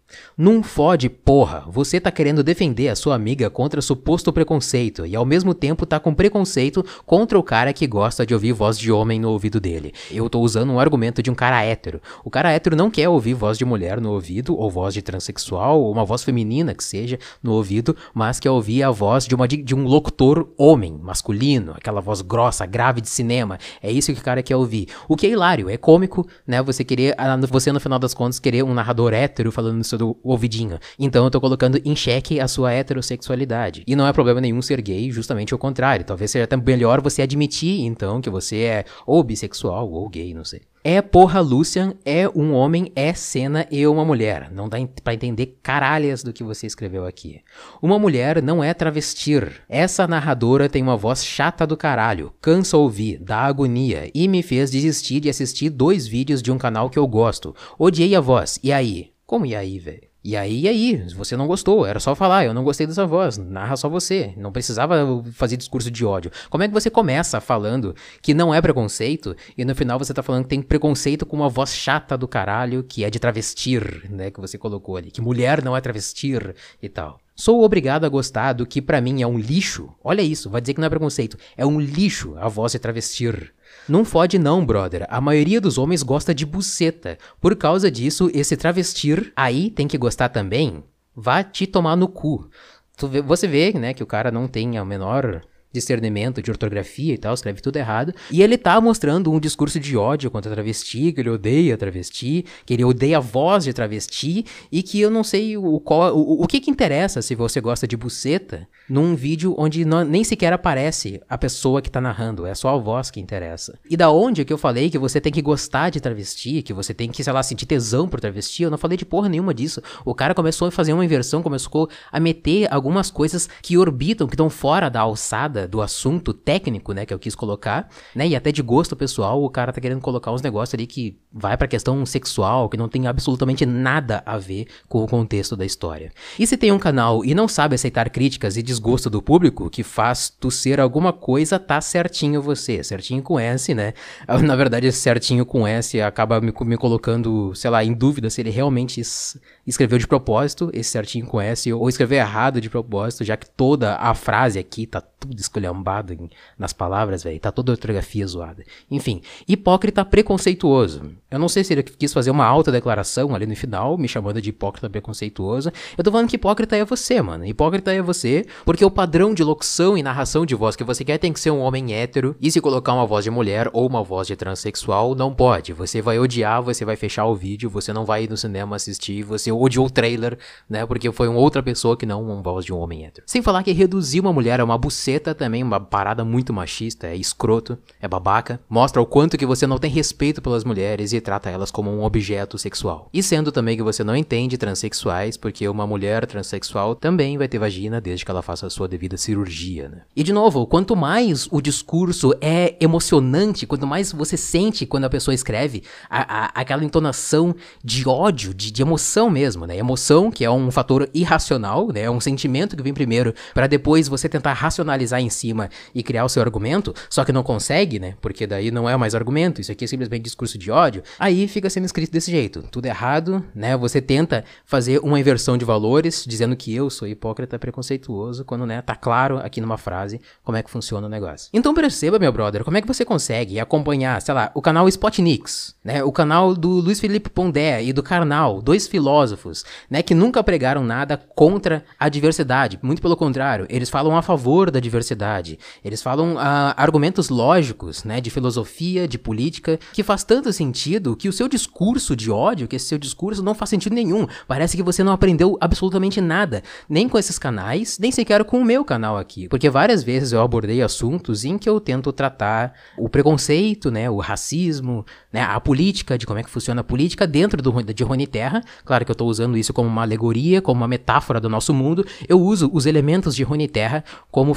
Não fode, porra. Você tá querendo defender a sua amiga contra suposto preconceito e ao mesmo tempo tá com preconceito contra o cara que gosta de ouvir voz de homem no ouvido dele. Eu tô usando um argumento de um cara hétero. O cara hétero não quer ouvir voz de mulher no ouvido, ou voz de transexual, ou uma voz feminina que seja no ouvido, mas quer ouvir a voz de, uma, de um locutor homem, masculino, aquela voz grossa, grave de cinema. É isso que o cara quer ouvir. O que é hilário, é cômico, né? Você querer, você no final das contas, querer um narrador hétero falando no seu ouvidinho. Então eu tô colocando em xeque a sua heterossexualidade. E não é problema nenhum ser gay, justamente o contrário. Talvez seja até melhor você admitir, então, que você é ou bissexual ou gay, não sei. É porra, Lucian, é um homem, é cena e uma mulher. Não dá pra entender caralhas do que você escreveu aqui. Uma mulher não é travestir. Essa narradora tem uma voz chata do caralho, cansa ouvir, dá agonia e me fez desistir de assistir dois vídeos de um canal que eu gosto. Odiei a voz. E aí? Como e aí, velho? E aí, e aí? Você não gostou, era só falar, eu não gostei dessa voz, narra só você, não precisava fazer discurso de ódio. Como é que você começa falando que não é preconceito e no final você tá falando que tem preconceito com uma voz chata do caralho que é de travestir, né, que você colocou ali, que mulher não é travestir e tal. Sou obrigado a gostar do que pra mim é um lixo. Olha isso, vai dizer que não é preconceito, é um lixo a voz de travestir. Não fode não, brother. A maioria dos homens gosta de buceta. Por causa disso, esse travestir aí tem que gostar também? Vá te tomar no cu. Tu vê, você vê, né, que o cara não tem a menor discernimento de ortografia e tal, escreve tudo errado. E ele tá mostrando um discurso de ódio contra a travesti, que ele odeia travesti, que ele odeia a voz de travesti, e que eu não sei o, qual, o, o que que interessa se você gosta de buceta num vídeo onde não, nem sequer aparece a pessoa que tá narrando, é só a voz que interessa. E da onde que eu falei que você tem que gostar de travesti, que você tem que, sei lá, sentir tesão por travesti, eu não falei de porra nenhuma disso. O cara começou a fazer uma inversão, começou a meter algumas coisas que orbitam, que estão fora da alçada do assunto técnico, né, que eu quis colocar, né, e até de gosto pessoal, o cara tá querendo colocar uns negócios ali que vai pra questão sexual, que não tem absolutamente nada a ver com o contexto da história. E se tem um canal e não sabe aceitar críticas e desgosto do público, que faz tu ser alguma coisa, tá certinho você, certinho com S, né, na verdade esse certinho com S acaba me, me colocando, sei lá, em dúvida se ele realmente es, escreveu de propósito, esse certinho com S, ou escreveu errado de propósito, já que toda a frase aqui tá tudo esculhambado em, nas palavras, velho. Tá toda a ortografia zoada. Enfim, hipócrita preconceituoso. Eu não sei se ele quis fazer uma autodeclaração ali no final, me chamando de hipócrita preconceituoso. Eu tô falando que hipócrita é você, mano. Hipócrita é você, porque o padrão de locução e narração de voz que você quer tem que ser um homem hétero, e se colocar uma voz de mulher ou uma voz de transexual, não pode. Você vai odiar, você vai fechar o vídeo, você não vai ir no cinema assistir, você odiou o trailer, né, porque foi uma outra pessoa que não uma voz de um homem hétero. Sem falar que reduzir uma mulher a uma buceta também, uma parada muito machista, é escroto, é babaca, mostra o quanto que você não tem respeito pelas mulheres e trata elas como um objeto sexual. E sendo também que você não entende transexuais, porque uma mulher transexual também vai ter vagina desde que ela faça a sua devida cirurgia, né? E de novo, quanto mais o discurso é emocionante, quanto mais você sente quando a pessoa escreve, a, a, aquela entonação de ódio, de, de emoção mesmo, né? Emoção, que é um fator irracional, né? É um sentimento que vem primeiro, para depois você tentar racionalizar em cima e criar o seu argumento, só que não consegue, né? Porque daí não é mais argumento, isso aqui é simplesmente discurso de ódio. Aí fica sendo escrito desse jeito, tudo errado, né? Você tenta fazer uma inversão de valores, dizendo que eu sou hipócrita preconceituoso, quando, né, tá claro aqui numa frase como é que funciona o negócio. Então perceba, meu brother, como é que você consegue acompanhar, sei lá, o canal Spotnix, né? O canal do Luiz Felipe Pondé e do Karnal, dois filósofos, né, que nunca pregaram nada contra a diversidade, muito pelo contrário, eles falam a favor da diversidade, eles falam uh, argumentos lógicos, né, de filosofia, de política, que faz tanto sentido que o seu discurso de ódio, que esse seu discurso não faz sentido nenhum, parece que você não aprendeu absolutamente nada, nem com esses canais, nem sequer com o meu canal aqui, porque várias vezes eu abordei assuntos em que eu tento tratar o preconceito, né, o racismo, né, a política, de como é que funciona a política dentro do, de Runeterra. Claro que eu tô usando isso como uma alegoria, como uma metáfora do nosso mundo, eu uso os elementos de Runeterra como filosofia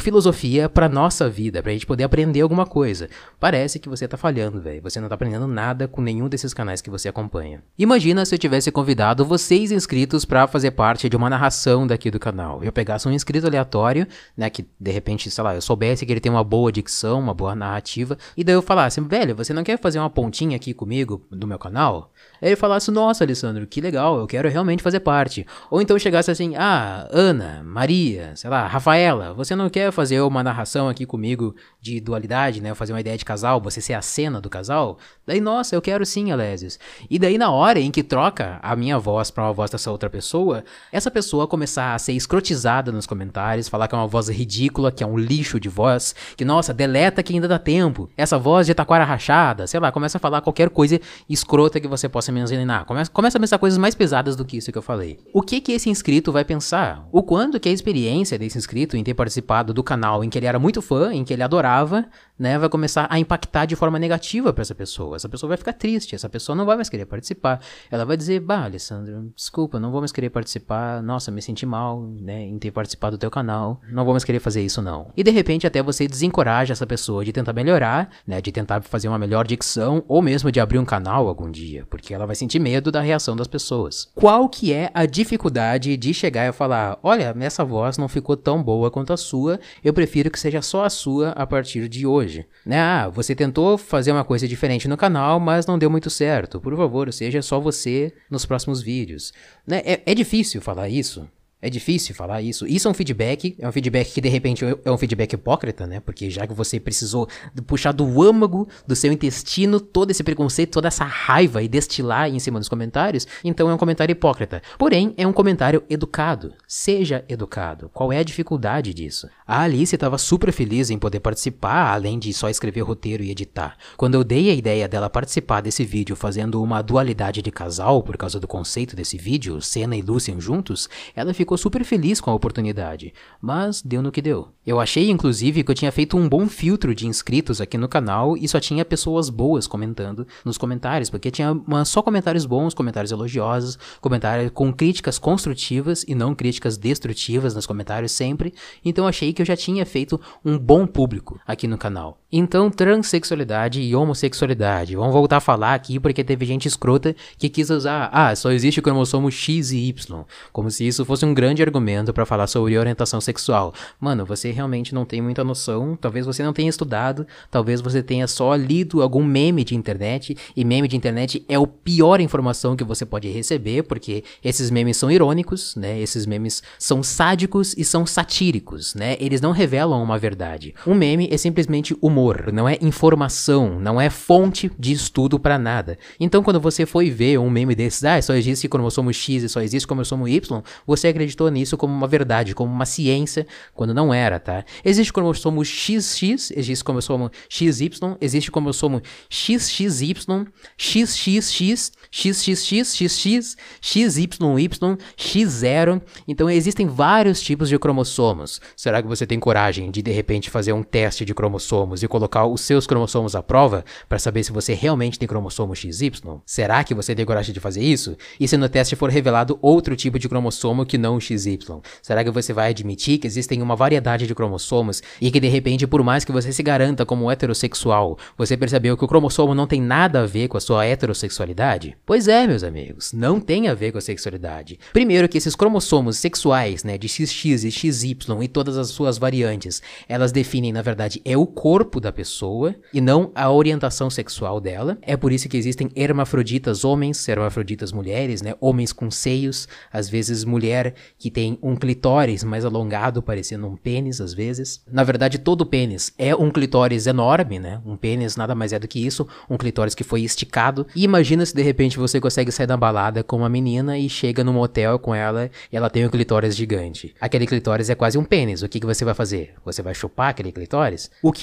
seria pra nossa vida, pra gente poder aprender alguma coisa. Parece que você tá falhando, velho. Você não tá aprendendo nada com nenhum desses canais que você acompanha. Imagina se eu tivesse convidado vocês inscritos pra fazer parte de uma narração daqui do canal. Eu pegasse um inscrito aleatório, né, que de repente, sei lá, eu soubesse que ele tem uma boa dicção, uma boa narrativa, e daí eu falasse, velho, você não quer fazer uma pontinha aqui comigo do meu canal? Aí ele falasse, nossa, Alessandro, que legal, eu quero realmente fazer parte. Ou então chegasse assim, ah, Ana, Maria, sei lá, Rafaela, você não quer fazer uma narração aqui comigo de dualidade, né, fazer uma ideia de casal, você ser a cena do casal? Daí, nossa, eu quero sim, Alésios. E daí na hora em que troca a minha voz pra uma voz dessa outra pessoa, essa pessoa começar a ser escrotizada nos comentários, falar que é uma voz ridícula, que é um lixo de voz, que nossa, deleta que ainda dá tempo, essa voz de taquara rachada, sei lá, começa a falar qualquer coisa escrota que você possa mencionar, começa, começa a pensar coisas mais pesadas do que isso que eu falei. O que que esse inscrito vai pensar? O quanto que a experiência desse inscrito em ter participado do canal em que ele era muito fã, em que ele adorava, né, vai começar a impactar de forma negativa pra essa pessoa. Essa pessoa vai ficar triste, essa pessoa não vai mais querer participar. Ela vai dizer, bah, Alessandro, desculpa, não vou mais querer participar, nossa, me senti mal, né, em ter participado do teu canal, não vou mais querer fazer isso não. E de repente até você desencoraja essa pessoa de tentar melhorar, né, de tentar fazer uma melhor dicção, ou mesmo de abrir um canal algum dia, porque ela vai sentir medo da reação das pessoas. Qual que é a dificuldade de chegar e falar, olha, essa voz não ficou tão boa quanto a sua, eu prefiro que seja só a sua a partir de hoje. Né? Ah, você tentou fazer uma coisa diferente no canal, mas não deu muito certo. Por favor, seja só você nos próximos vídeos. Né? É, é difícil falar isso. É difícil falar isso. Isso é um feedback, é um feedback que de repente é um feedback hipócrita, né? Porque já que você precisou puxar do âmago do seu intestino todo esse preconceito, toda essa raiva e destilar em cima dos comentários, então é um comentário hipócrita. Porém, é um comentário educado. Seja educado. Qual é a dificuldade disso? A Alice estava super feliz em poder participar, além de só escrever roteiro e editar. Quando eu dei a ideia dela participar desse vídeo fazendo uma dualidade de casal, por causa do conceito desse vídeo, Senna e Lucien juntos, ela ficou Ficou super feliz com a oportunidade, mas deu no que deu. Eu achei, inclusive, que eu tinha feito um bom filtro de inscritos aqui no canal e só tinha pessoas boas comentando nos comentários, porque tinha uma, só comentários bons, comentários elogiosos, comentários com críticas construtivas e não críticas destrutivas nos comentários sempre, então achei que eu já tinha feito um bom público aqui no canal. Então, transexualidade e homossexualidade, vamos voltar a falar aqui porque teve gente escrota que quis usar, ah, só existe o cromossomo X e Y, como se isso fosse um grande argumento pra falar sobre orientação sexual. Mano, você realmente não tem muita noção, talvez você não tenha estudado, talvez você tenha só lido algum meme de internet, e meme de internet é a pior informação que você pode receber, porque esses memes são irônicos, né, esses memes são sádicos e são satíricos, né, eles não revelam uma verdade. Um meme é simplesmente humor, não é informação, não é fonte de estudo pra nada. Então quando você foi ver um meme desses, ah, só existe cromossomo X e só existe cromossomo Y, você acreditou nisso como uma verdade, como uma ciência, quando não era, tá? Existe cromossomo X X, existe cromossomo X Y, existe cromossomo X X Y, X X X, X X X, X X, X Y Y, X zero. Então existem vários tipos de cromossomos. Será que você tem coragem de de repente fazer um teste de cromossomos e colocar os seus cromossomos à prova para saber se você realmente tem cromossomo X Y? Será que você tem coragem de fazer isso? E se no teste for revelado outro tipo de cromossomo que não X Y? Será que você vai admitir que existem uma variedade de cromossomos e que de repente, por mais que você se garanta como heterossexual, você percebeu que o cromossomo não tem nada a ver com a sua heterossexualidade? Pois é, meus amigos, não tem a ver com a sexualidade. Primeiro que esses cromossomos sexuais, né, de X X e X Y e todas as suas variantes, elas definem, na verdade, é o corpo da pessoa e não a orientação sexual dela. É por isso que existem hermafroditas homens, hermafroditas mulheres, né, homens com seios, às vezes mulher que tem um clitóris mais alongado, parecendo um pênis às vezes. Na verdade, todo pênis é um clitóris enorme, né? Um pênis nada mais é do que isso, um clitóris que foi esticado. E imagina se de repente você consegue sair da balada com uma menina e chega num motel com ela e ela tem um clitóris gigante. Aquele clitóris é quase um pênis. O que, que você vai fazer? Você vai chupar aquele clitóris? O que define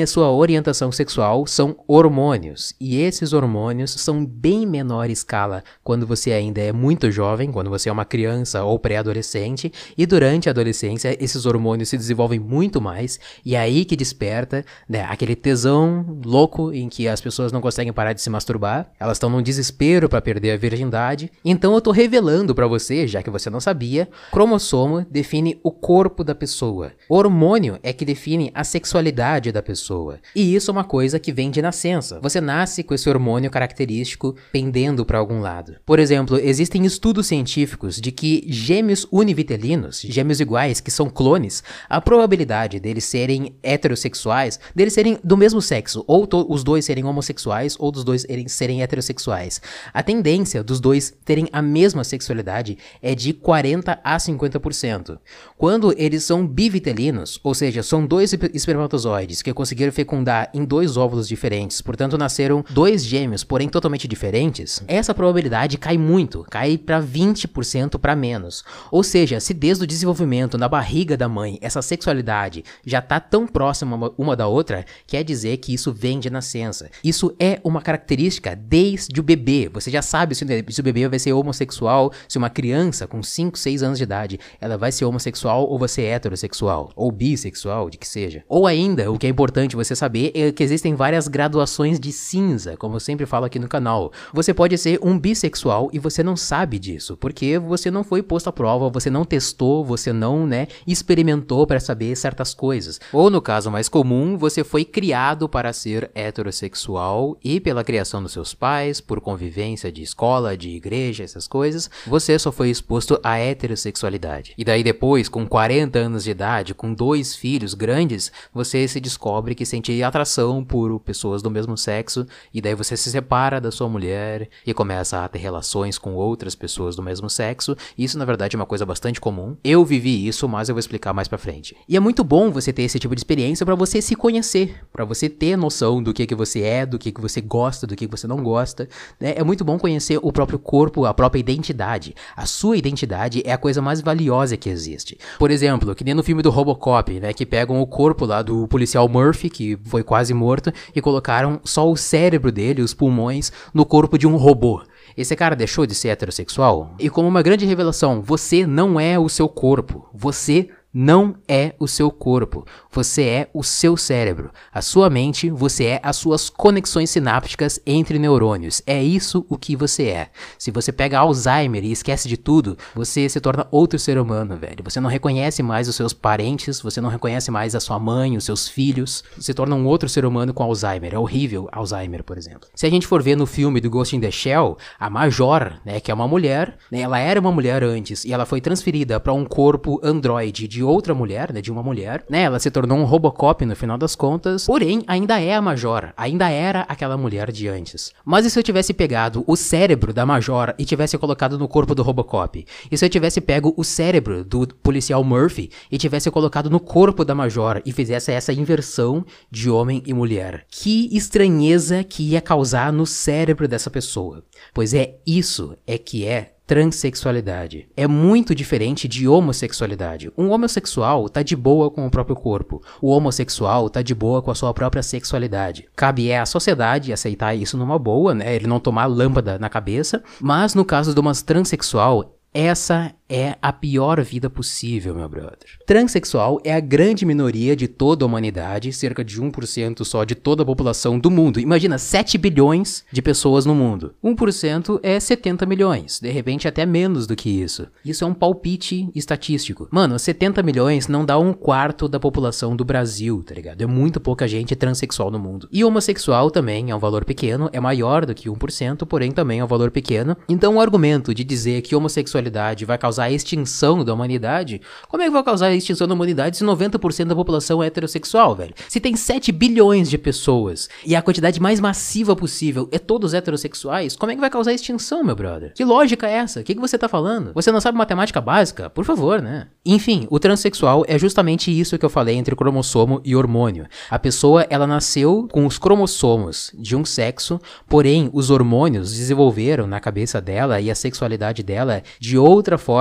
sua orientação sexual são hormônios, e esses hormônios são bem menor escala quando você ainda é muito jovem, quando você é uma criança ou pré-adolescente, e durante a adolescência esses hormônios se desenvolvem muito mais, e é aí que desperta, né, aquele tesão louco em que as pessoas não conseguem parar de se masturbar, elas estão num desespero para perder a virgindade. Então eu tô revelando para você, já que você não sabia, cromossomo define o corpo da pessoa, hormônio é que define a sexualidade da pessoa, e isso é uma coisa que vem de nascença. Você nasce com esse hormônio característico pendendo para algum lado. Por exemplo, existem estudos científicos de que gêmeos univitelinos, gêmeos iguais que são clones, a probabilidade deles serem heterossexuais, deles serem do mesmo sexo, ou os dois serem homossexuais, ou dos dois serem heterossexuais, a tendência dos dois terem a mesma sexualidade é de quarenta a cinquenta por cento. Quando eles são bivitelinos, ou seja, são dois espermatozoides que conseguiram fecundar em dois óvulos diferentes, portanto nasceram dois gêmeos, porém totalmente diferentes, essa probabilidade cai muito, cai para vinte por cento para menos. Ou seja, se desde o desenvolvimento na barriga da mãe essa sexualidade já tá tão próxima uma da outra, quer dizer que isso vem de nascença. Isso é uma característica desde o bebê. Você já sabe se o bebê vai ser homossexual, se uma criança com cinco, seis anos de idade, ela vai ser homossexual ou vai ser heterossexual, ou bissexual, de que seja. Ou ainda, o que é importante você saber é que existem várias graduações de cinza, como eu sempre falo aqui no canal. Você pode ser um bissexual e você não sabe disso, porque você não foi posto à prova, você não testou, você não, né, experimentou para saber certas coisas. Ou no caso mais comum, você foi criado para ser heterossexual e pela criação dos seus pais, por convivência de escola, de igreja, essas coisas, você só foi exposto à heterossexualidade. E daí depois, com quarenta anos de idade, com dois filhos grandes, você se descobre que sente atração por pessoas do mesmo sexo, e daí você se separa da sua mulher e começa a ter relações com outras pessoas do mesmo sexo. Isso na verdade é uma coisa bastante comum. Eu vivi isso, mas eu vou explicar mais pra frente. E é muito bom você ter esse tipo de experiência pra você se conhecer, pra você ter noção do que que você é, do que que você gosta, do que que você não gosta, né? É muito bom conhecer o próprio corpo, a própria identidade. A sua identidade é a coisa mais valiosa que existe. Por exemplo, que nem no filme do Robocop, né, que pegam o corpo lá do policial Murphy, que foi quase morto, e colocaram só o cérebro dele, os pulmões, no corpo de um robô. Esse cara deixou de ser heterossexual? E como uma grande revelação, você não é o seu corpo. Você não é o seu corpo, você é o seu cérebro. A sua mente, você é as suas conexões sinápticas entre neurônios. É isso o que você é. Se você pega Alzheimer e esquece de tudo, você se torna outro ser humano, velho. Você não reconhece mais os seus parentes, você não reconhece mais a sua mãe, os seus filhos. Você se torna um outro ser humano com Alzheimer. É horrível Alzheimer, por exemplo. Se a gente for ver no filme do Ghost in the Shell, a Major, né, que é uma mulher, né, ela era uma mulher antes e ela foi transferida para um corpo androide de de outra mulher, né, de uma mulher, né, ela se tornou um Robocop no final das contas, porém, ainda é a Major, ainda era aquela mulher de antes. Mas e se eu tivesse pegado o cérebro da Major e tivesse colocado no corpo do Robocop? E se eu tivesse pego o cérebro do policial Murphy e tivesse colocado no corpo da Major e fizesse essa inversão de homem e mulher? Que estranheza que ia causar no cérebro dessa pessoa. Pois é, isso é que é transexualidade. É muito diferente de homossexualidade. Um homossexual tá de boa com o próprio corpo. O homossexual tá de boa com a sua própria sexualidade. Cabe é à sociedade aceitar isso numa boa, né? Ele não tomar lâmpada na cabeça. Mas no caso de uma transexual, essa é a pior vida possível, meu brother. Transsexual é a grande minoria de toda a humanidade, cerca de um por cento só de toda a população do mundo. Imagina, sete bilhões de pessoas no mundo. um por cento é setenta milhões, de repente até menos do que isso. Isso é um palpite estatístico. Mano, setenta milhões não dá um quarto da população do Brasil, tá ligado? É muito pouca gente transexual no mundo. E homossexual também é um valor pequeno, é maior do que um por cento, porém também é um valor pequeno. Então o argumento de dizer que homossexualidade vai causar a extinção da humanidade, como é que vai causar a extinção da humanidade se noventa por cento da população é heterossexual, velho? Se tem sete bilhões de pessoas e a quantidade mais massiva possível é todos heterossexuais, como é que vai causar a extinção, meu brother? Que lógica é essa? O que, que você tá falando? Você não sabe matemática básica? Por favor, né? Enfim, o transexual é justamente isso que eu falei entre cromossomo e hormônio. A pessoa, ela nasceu com os cromossomos de um sexo, porém os hormônios desenvolveram na cabeça dela e a sexualidade dela de outra forma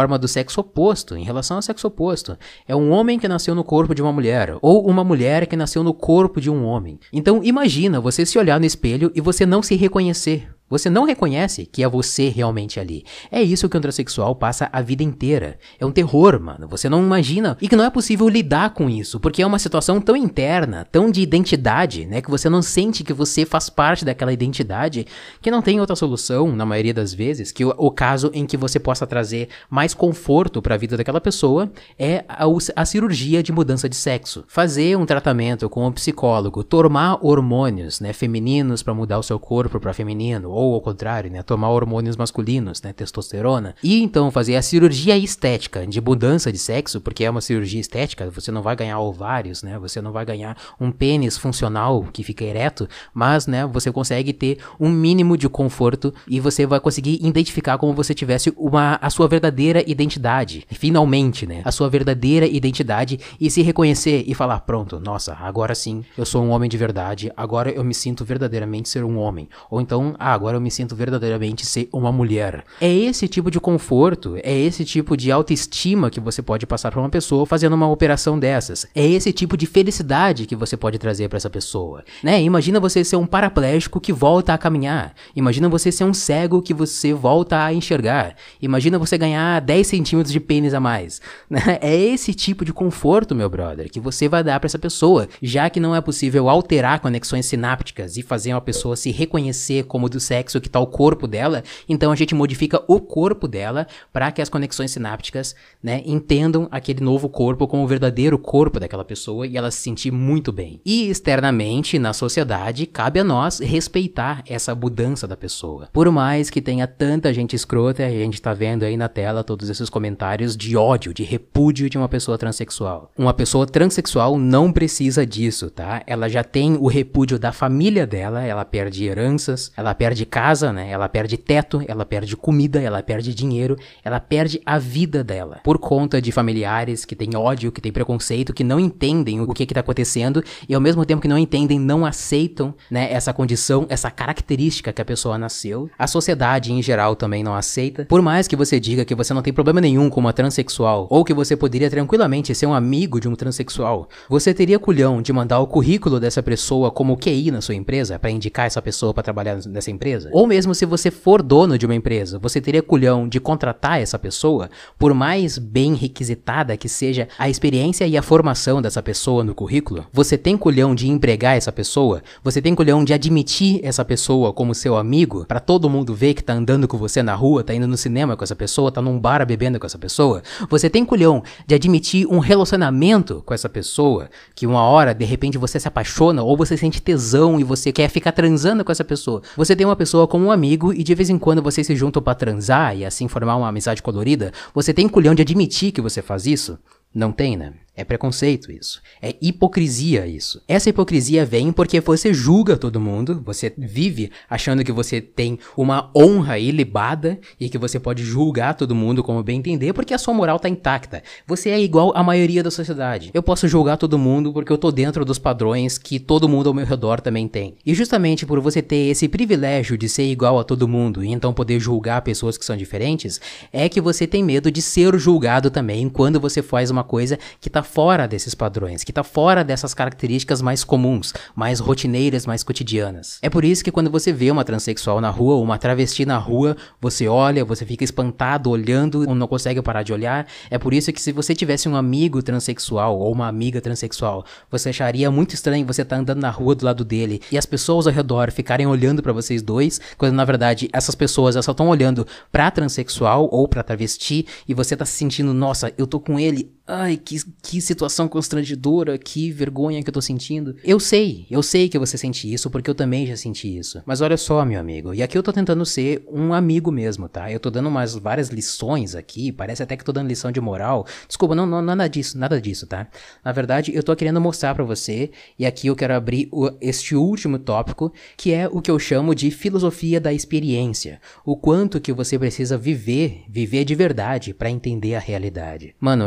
forma do sexo oposto, em relação ao sexo oposto. É um homem que nasceu no corpo de uma mulher, ou uma mulher que nasceu no corpo de um homem. Então imagina você se olhar no espelho e você não se reconhecer. Você não reconhece que é você realmente ali. É isso que o transexual passa a vida inteira. É um terror, mano. Você não imagina. E que não é possível lidar com isso, porque é uma situação tão interna, tão de identidade, né? Que você não sente que você faz parte daquela identidade, que não tem outra solução, na maioria das vezes, que o, o caso em que você possa trazer mais conforto para a vida daquela pessoa é a, a cirurgia de mudança de sexo. Fazer um tratamento com um psicólogo, tomar hormônios, né, femininos para mudar o seu corpo para feminino, ou ao contrário, né, tomar hormônios masculinos, né, testosterona, e então fazer a cirurgia estética de mudança de sexo, porque é uma cirurgia estética, você não vai ganhar ovários, né, você não vai ganhar um pênis funcional que fica ereto, mas, né, você consegue ter um mínimo de conforto e você vai conseguir identificar como você tivesse uma, a sua verdadeira identidade, finalmente, né, a sua verdadeira identidade e se reconhecer e falar, pronto, nossa, agora sim, eu sou um homem de verdade, agora eu me sinto verdadeiramente ser um homem, ou então, ah, agora eu me sinto verdadeiramente ser uma mulher. É esse tipo de conforto, é esse tipo de autoestima que você pode passar para uma pessoa fazendo uma operação dessas. É esse tipo de felicidade que você pode trazer para essa pessoa, né? Imagina você ser um paraplégico que volta a caminhar. Imagina você ser um cego que você volta a enxergar. Imagina você ganhar dez centímetros de pênis a mais, né? É esse tipo de conforto, meu brother, que você vai dar para essa pessoa, já que não é possível alterar conexões sinápticas e fazer uma pessoa se reconhecer como do sexo que tá o corpo dela, então a gente modifica o corpo dela para que as conexões sinápticas, né, entendam aquele novo corpo como o verdadeiro corpo daquela pessoa e ela se sentir muito bem. E externamente, na sociedade, cabe a nós respeitar essa mudança da pessoa. Por mais que tenha tanta gente escrota, a gente tá vendo aí na tela todos esses comentários de ódio, de repúdio de uma pessoa transexual. Uma pessoa transexual não precisa disso, tá? Ela já tem o repúdio da família dela, ela perde heranças, ela perde casa, né? Ela perde teto, ela perde comida, ela perde dinheiro, ela perde a vida dela. Por conta de familiares que têm ódio, que têm preconceito, que não entendem o que que tá acontecendo e ao mesmo tempo que não entendem, não aceitam, né, essa condição, essa característica que a pessoa nasceu. A sociedade em geral também não aceita. Por mais que você diga que você não tem problema nenhum com uma transexual ou que você poderia tranquilamente ser um amigo de um transexual, você teria culhão de mandar o currículo dessa pessoa como Q I na sua empresa para indicar essa pessoa para trabalhar nessa empresa? Ou mesmo se você for dono de uma empresa, você teria culhão de contratar essa pessoa, por mais bem requisitada que seja a experiência e a formação dessa pessoa no currículo? Você tem culhão de empregar essa pessoa? Você tem culhão de admitir essa pessoa como seu amigo, pra todo mundo ver que tá andando com você na rua, tá indo no cinema com essa pessoa, tá num bar bebendo com essa pessoa? Você tem culhão de admitir um relacionamento com essa pessoa, que uma hora, de repente, você se apaixona, ou você sente tesão e você quer ficar transando com essa pessoa? Você tem uma pessoa como um amigo e de vez em quando vocês se juntam pra transar e assim formar uma amizade colorida? Você tem culhão de admitir que você faz isso? Não tem, né? É preconceito isso. É hipocrisia isso. Essa hipocrisia vem porque você julga todo mundo, você vive achando que você tem uma honra ilibada e que você pode julgar todo mundo como bem entender porque a sua moral tá intacta. Você é igual à maioria da sociedade. Eu posso julgar todo mundo porque eu tô dentro dos padrões que todo mundo ao meu redor também tem. E justamente por você ter esse privilégio de ser igual a todo mundo e então poder julgar pessoas que são diferentes, é que você tem medo de ser julgado também quando você faz uma coisa que tá fora desses padrões, que tá fora dessas características mais comuns, mais rotineiras, mais cotidianas. É por isso que quando você vê uma transexual na rua ou uma travesti na rua, você olha, você fica espantado olhando ou não consegue parar de olhar. É por isso que se você tivesse um amigo transexual ou uma amiga transexual, você acharia muito estranho você estar andando na rua do lado dele e as pessoas ao redor ficarem olhando pra vocês dois, quando na verdade essas pessoas só estão olhando pra transexual ou pra travesti e você tá se sentindo, nossa, eu tô com ele, ai, que, que situação constrangedora, que vergonha que eu tô sentindo. Eu sei, eu sei que você sente isso, porque eu também já senti isso. Mas olha só, meu amigo, e aqui eu tô tentando ser um amigo mesmo, tá? Eu tô dando umas várias lições aqui, parece até que tô dando lição de moral. Desculpa, não, não nada disso, nada disso, tá? Na verdade, eu tô querendo mostrar pra você, e aqui eu quero abrir o, este último tópico, que é o que eu chamo de filosofia da experiência. O quanto que você precisa viver, viver de verdade, pra entender a realidade. Mano, eu já passei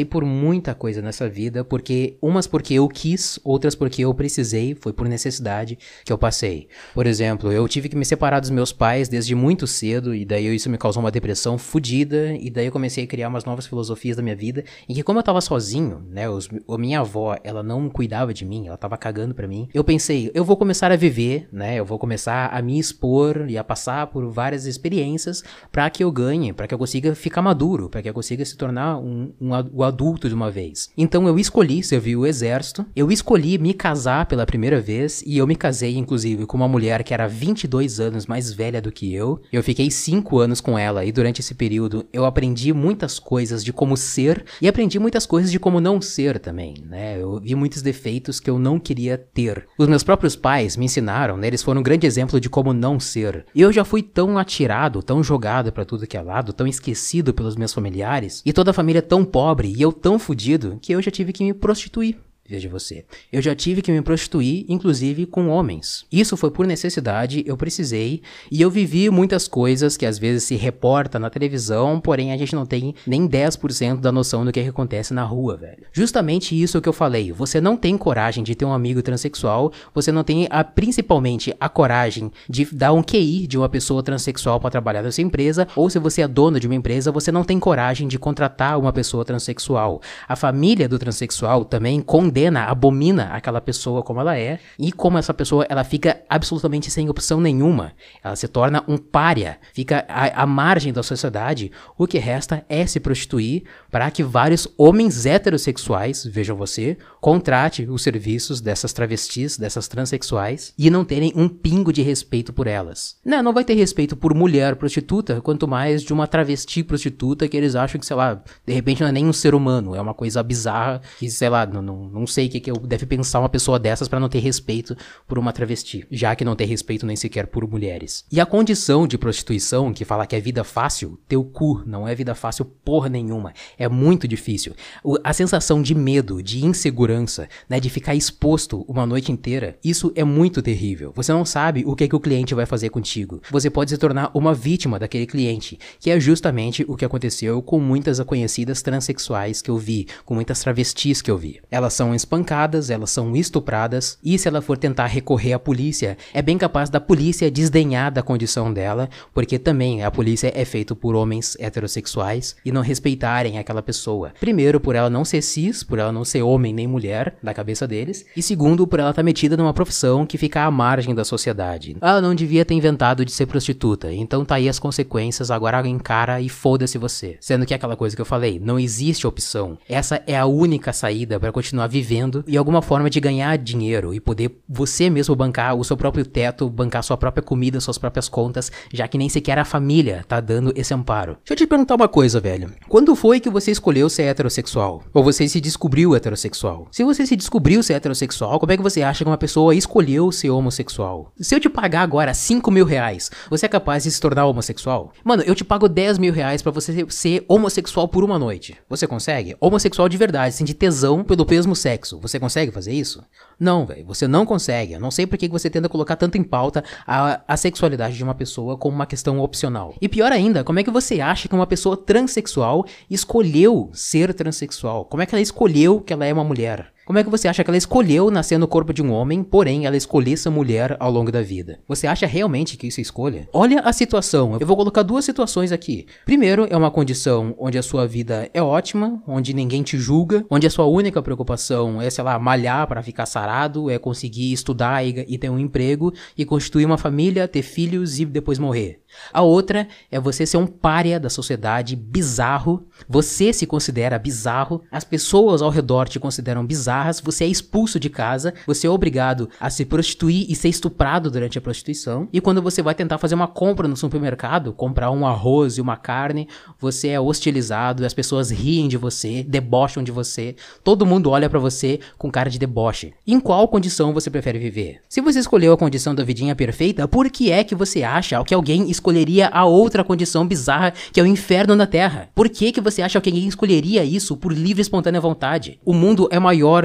por muita coisa nessa vida, porque umas porque eu quis, outras porque eu precisei, foi por necessidade que eu passei. Por exemplo, eu tive que me separar dos meus pais desde muito cedo, e daí isso me causou uma depressão fodida, e daí eu comecei a criar umas novas filosofias da minha vida, em que como eu tava sozinho, né, os, a minha avó, ela não cuidava de mim, ela tava cagando pra mim, eu pensei, eu vou começar a viver, né, eu vou começar a me expor e a passar por várias experiências pra que eu ganhe, pra que eu consiga ficar maduro, pra que eu consiga se tornar um, um, um adulto de uma vez. Então eu escolhi servir o exército, eu escolhi me casar pela primeira vez, e eu me casei, inclusive, com uma mulher que era vinte e dois anos mais velha do que eu. Eu fiquei cinco anos com ela, e durante esse período eu aprendi muitas coisas de como ser, e aprendi muitas coisas de como não ser também, né? Eu vi muitos defeitos que eu não queria ter. Os meus próprios pais me ensinaram, né? Eles foram um grande exemplo de como não ser. E eu já fui tão atirado, tão jogado pra tudo que é lado, tão esquecido pelos meus familiares, e toda a família tão pobre, e eu tão fudido, que eu já tive que me prostituir. Veja você. Eu já tive que me prostituir, inclusive com homens. Isso foi por necessidade, eu precisei, e eu vivi muitas coisas que às vezes se reporta na televisão, porém a gente não tem nem dez por cento da noção do que, é que acontece na rua, velho. Justamente isso que eu falei, você não tem coragem de ter um amigo transexual, você não tem a, principalmente a coragem de dar um Q I de uma pessoa transexual para trabalhar na sua empresa, ou se você é dono de uma empresa, você não tem coragem de contratar uma pessoa transexual. A família do transexual também condena, abomina aquela pessoa como ela é, e como essa pessoa ela fica absolutamente sem opção nenhuma, ela se torna um pária, fica à, à margem da sociedade. O que resta é se prostituir para que vários homens heterossexuais, vejam você, contrate os serviços dessas travestis, dessas transexuais, e não terem um pingo de respeito por elas. Não, não vai ter respeito por mulher prostituta, quanto mais de uma travesti prostituta que eles acham que, sei lá, de repente não é nem um ser humano, é uma coisa bizarra que, sei lá, não, não, não sei o que, que eu deve pensar uma pessoa dessas pra não ter respeito por uma travesti, já que não tem respeito nem sequer por mulheres. E a condição de prostituição, que fala que é vida fácil, teu cu, não é vida fácil porra nenhuma, é muito difícil. O, a sensação de medo, de insegurança, né, de ficar exposto uma noite inteira, isso é muito terrível. Você não sabe o que, que o cliente vai fazer contigo. Você pode se tornar uma vítima daquele cliente, que é justamente o que aconteceu com muitas conhecidas transexuais que eu vi, com muitas travestis que eu vi. Elas são espancadas, elas são estupradas, e se ela for tentar recorrer à polícia, é bem capaz da polícia desdenhar da condição dela, porque também a polícia é feita por homens heterossexuais e não respeitarem aquela pessoa. Primeiro, por ela não ser cis, por ela não ser homem nem mulher, da cabeça deles, e segundo, por ela estar metida numa profissão que fica à margem da sociedade. Ela não devia ter inventado de ser prostituta, então tá aí as consequências, agora encara e foda-se você. Sendo que é aquela coisa que eu falei, não existe opção. Essa é a única saída para continuar vivendo e alguma forma de ganhar dinheiro e poder você mesmo bancar o seu próprio teto, bancar sua própria comida, suas próprias contas, já que nem sequer a família tá dando esse amparo. Deixa eu te perguntar uma coisa, velho. Quando foi que você escolheu ser heterossexual? Ou você se descobriu heterossexual? Se você se descobriu ser heterossexual, como é que você acha que uma pessoa escolheu ser homossexual? Se eu te pagar agora cinco mil reais, você é capaz de se tornar homossexual? Mano, eu te pago dez mil reais pra você ser homossexual por uma noite. Você consegue? Homossexual de verdade, sentir tesão pelo mesmo sexo. Você consegue fazer isso? Não, velho, você não consegue. Eu não sei por que você tenta colocar tanto em pauta a, a sexualidade de uma pessoa como uma questão opcional. E pior ainda, como é que você acha que uma pessoa transexual escolheu ser transexual? Como é que ela escolheu que ela é uma mulher? Como é que você acha que ela escolheu nascer no corpo de um homem, porém ela escolheu essa mulher ao longo da vida? Você acha realmente que isso é escolha? Olha a situação, eu vou colocar duas situações aqui. Primeiro, é uma condição onde a sua vida é ótima, onde ninguém te julga, onde a sua única preocupação é, sei lá, malhar para ficar sarado, é conseguir estudar e, e ter um emprego, e constituir uma família, ter filhos e depois morrer. A outra é você ser um pária da sociedade, bizarro, você se considera bizarro, as pessoas ao redor te consideram bizarras, você é expulso de casa, você é obrigado a se prostituir e ser estuprado durante a prostituição, e quando você vai tentar fazer uma compra no supermercado, comprar um arroz e uma carne, você é hostilizado, as pessoas riem de você, debocham de você, todo mundo olha pra você com cara de deboche. Em qual condição você prefere viver? Se você escolheu a condição da vidinha perfeita, por que é que você acha que alguém escolheria a outra condição bizarra que é o inferno na Terra? Por que que você acha que alguém escolheria isso por livre e espontânea vontade? O mundo é maior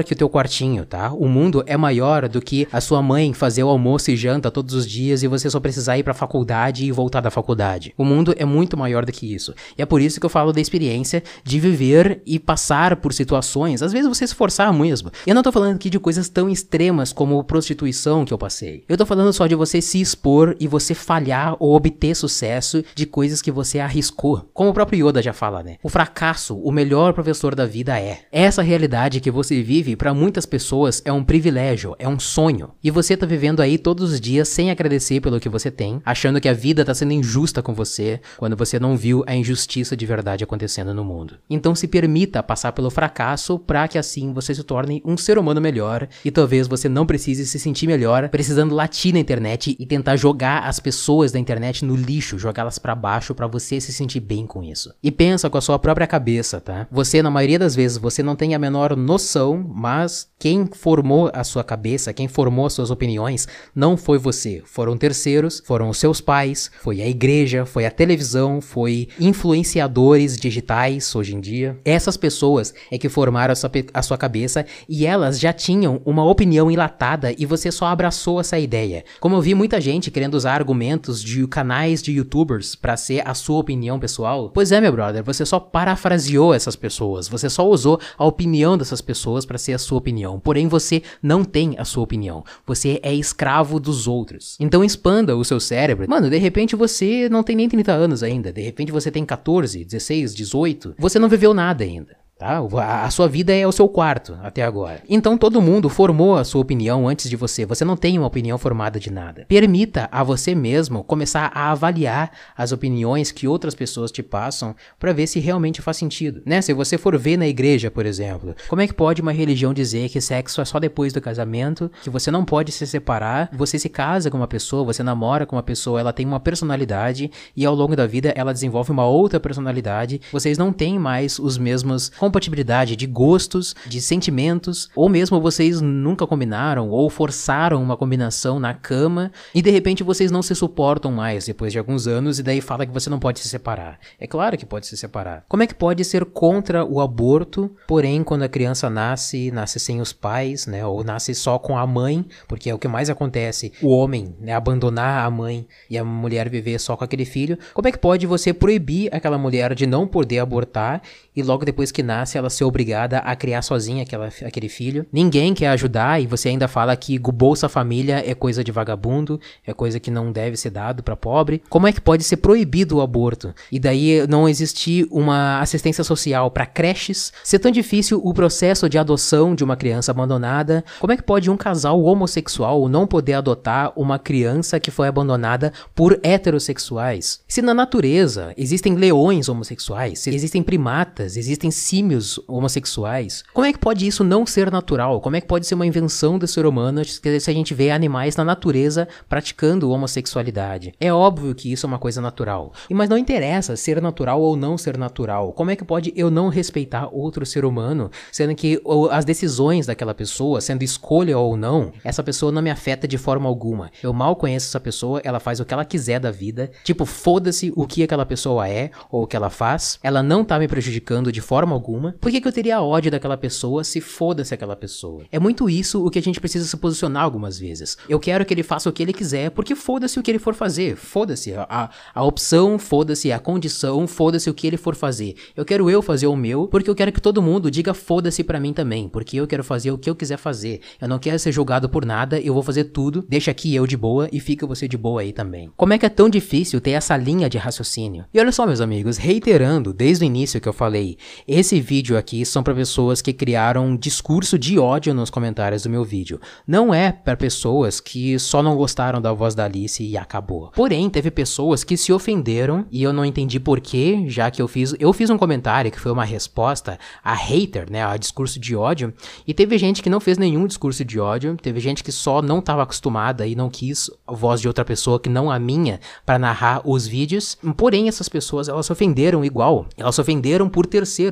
que o teu quartinho, tá? O mundo é maior do que a sua mãe fazer o almoço e janta todos os dias e você só precisar ir pra faculdade e voltar da faculdade. O mundo é muito maior do que isso. E é por isso que eu falo da experiência de viver e passar por situações, às vezes você se forçar mesmo. Eu não tô falando aqui de coisas tão extremas como prostituição que eu passei. Eu tô falando só de você se expor e você falhar ou obter sucesso de coisas que você arriscou. Como o próprio Yoda já fala, né? O fracasso, o melhor professor da vida é. Essa realidade que você vive, pra muitas pessoas, é um privilégio, é um sonho. E você tá vivendo aí todos os dias sem agradecer pelo que você tem, achando que a vida tá sendo injusta com você, quando você não viu a injustiça de verdade acontecendo no mundo. Então se permita passar pelo fracasso pra que assim você se torne um ser humano melhor e talvez você não precise se sentir melhor precisando latir na internet e tentar jogar as pessoas da internet no lixo, jogá-las pra baixo pra você se sentir bem com isso. E pensa com a sua própria cabeça, tá? Você, na maioria das vezes, você não tem a menor noção, mas quem formou a sua cabeça, quem formou as suas opiniões, não foi você. Foram terceiros, foram os seus pais, foi a igreja, foi a televisão, foi influenciadores digitais hoje em dia. Essas pessoas é que formaram a sua, a sua cabeça e elas já tinham uma opinião enlatada e você só abraçou essa ideia. Como eu vi muita gente querendo usar argumentos de canais de youtubers pra ser a sua opinião pessoal, pois é, meu brother, você só parafraseou essas pessoas, você só usou a opinião dessas pessoas pra ser a sua opinião, porém você não tem a sua opinião, você é escravo dos outros. Então expanda o seu cérebro. Mano, de repente você não tem nem trinta anos ainda, de repente você tem catorze, dezesseis, dezoito, você não viveu nada ainda. Tá? A sua vida é o seu quarto até agora. Então todo mundo formou a sua opinião antes de você. Você não tem uma opinião formada de nada. Permita a você mesmo começar a avaliar as opiniões que outras pessoas te passam pra ver se realmente faz sentido, né? Se você for ver na igreja, por exemplo, como é que pode uma religião dizer que sexo é só depois do casamento, que você não pode se separar, você se casa com uma pessoa, você namora com uma pessoa, ela tem uma personalidade e ao longo da vida ela desenvolve uma outra personalidade, vocês não têm mais os mesmos compatibilidade de gostos, de sentimentos, ou mesmo vocês nunca combinaram ou forçaram uma combinação na cama e de repente vocês não se suportam mais depois de alguns anos e daí fala que você não pode se separar. É claro que pode se separar. Como é que pode ser contra o aborto, porém quando a criança nasce, nasce sem os pais, né, ou nasce só com a mãe, porque é o que mais acontece, o homem, né, abandonar a mãe e a mulher viver só com aquele filho. Como é que pode você proibir aquela mulher de não poder abortar e logo depois que nasce ela ser obrigada a criar sozinha aquela, aquele filho? Ninguém quer ajudar e você ainda fala que Bolsa Família é coisa de vagabundo, é coisa que não deve ser dado pra pobre. Como é que pode ser proibido o aborto? E daí não existir uma assistência social pra creches? Ser tão difícil o processo de adoção de uma criança abandonada? Como é que pode um casal homossexual não poder adotar uma criança que foi abandonada por heterossexuais? Se na natureza existem leões homossexuais, se existem primatas, existem símios homossexuais, como é que pode isso não ser natural? Como é que pode ser uma invenção do ser humano se a gente vê animais na natureza praticando homossexualidade? É óbvio que isso é uma coisa natural. Mas não interessa ser natural ou não ser natural. Como é que pode eu não respeitar outro ser humano, sendo que as decisões daquela pessoa, sendo escolha ou não, essa pessoa não me afeta de forma alguma. Eu mal conheço essa pessoa, ela faz o que ela quiser da vida. Tipo, foda-se o que aquela pessoa é ou o que ela faz. Ela não tá me prejudicando de forma alguma. Por que que eu teria ódio daquela pessoa se foda-se aquela pessoa? É muito isso o que a gente precisa se posicionar algumas vezes. Eu quero que ele faça o que ele quiser, porque foda-se o que ele for fazer. Foda-se a, a, a opção, foda-se a condição, foda-se o que ele for fazer. Eu quero eu fazer o meu, porque eu quero que todo mundo diga foda-se pra mim também, porque eu quero fazer o que eu quiser fazer. Eu não quero ser julgado por nada, eu vou fazer tudo, deixa aqui eu de boa e fica você de boa aí também. Como é que é tão difícil ter essa linha de raciocínio? E olha só, meus amigos, reiterando desde o início que eu falei, esse vídeo aqui são para pessoas que criaram um discurso de ódio nos comentários do meu vídeo. Não é para pessoas que só não gostaram da voz da Alice e acabou. Porém, teve pessoas que se ofenderam e eu não entendi porquê, já que eu fiz, eu fiz um comentário que foi uma resposta a hater, né, a discurso de ódio, e teve gente que não fez nenhum discurso de ódio, teve gente que só não estava acostumada e não quis a voz de outra pessoa que não a minha para narrar os vídeos. Porém, essas pessoas, elas se ofenderam igual. Elas se ofenderam por terceiros, se ofenderam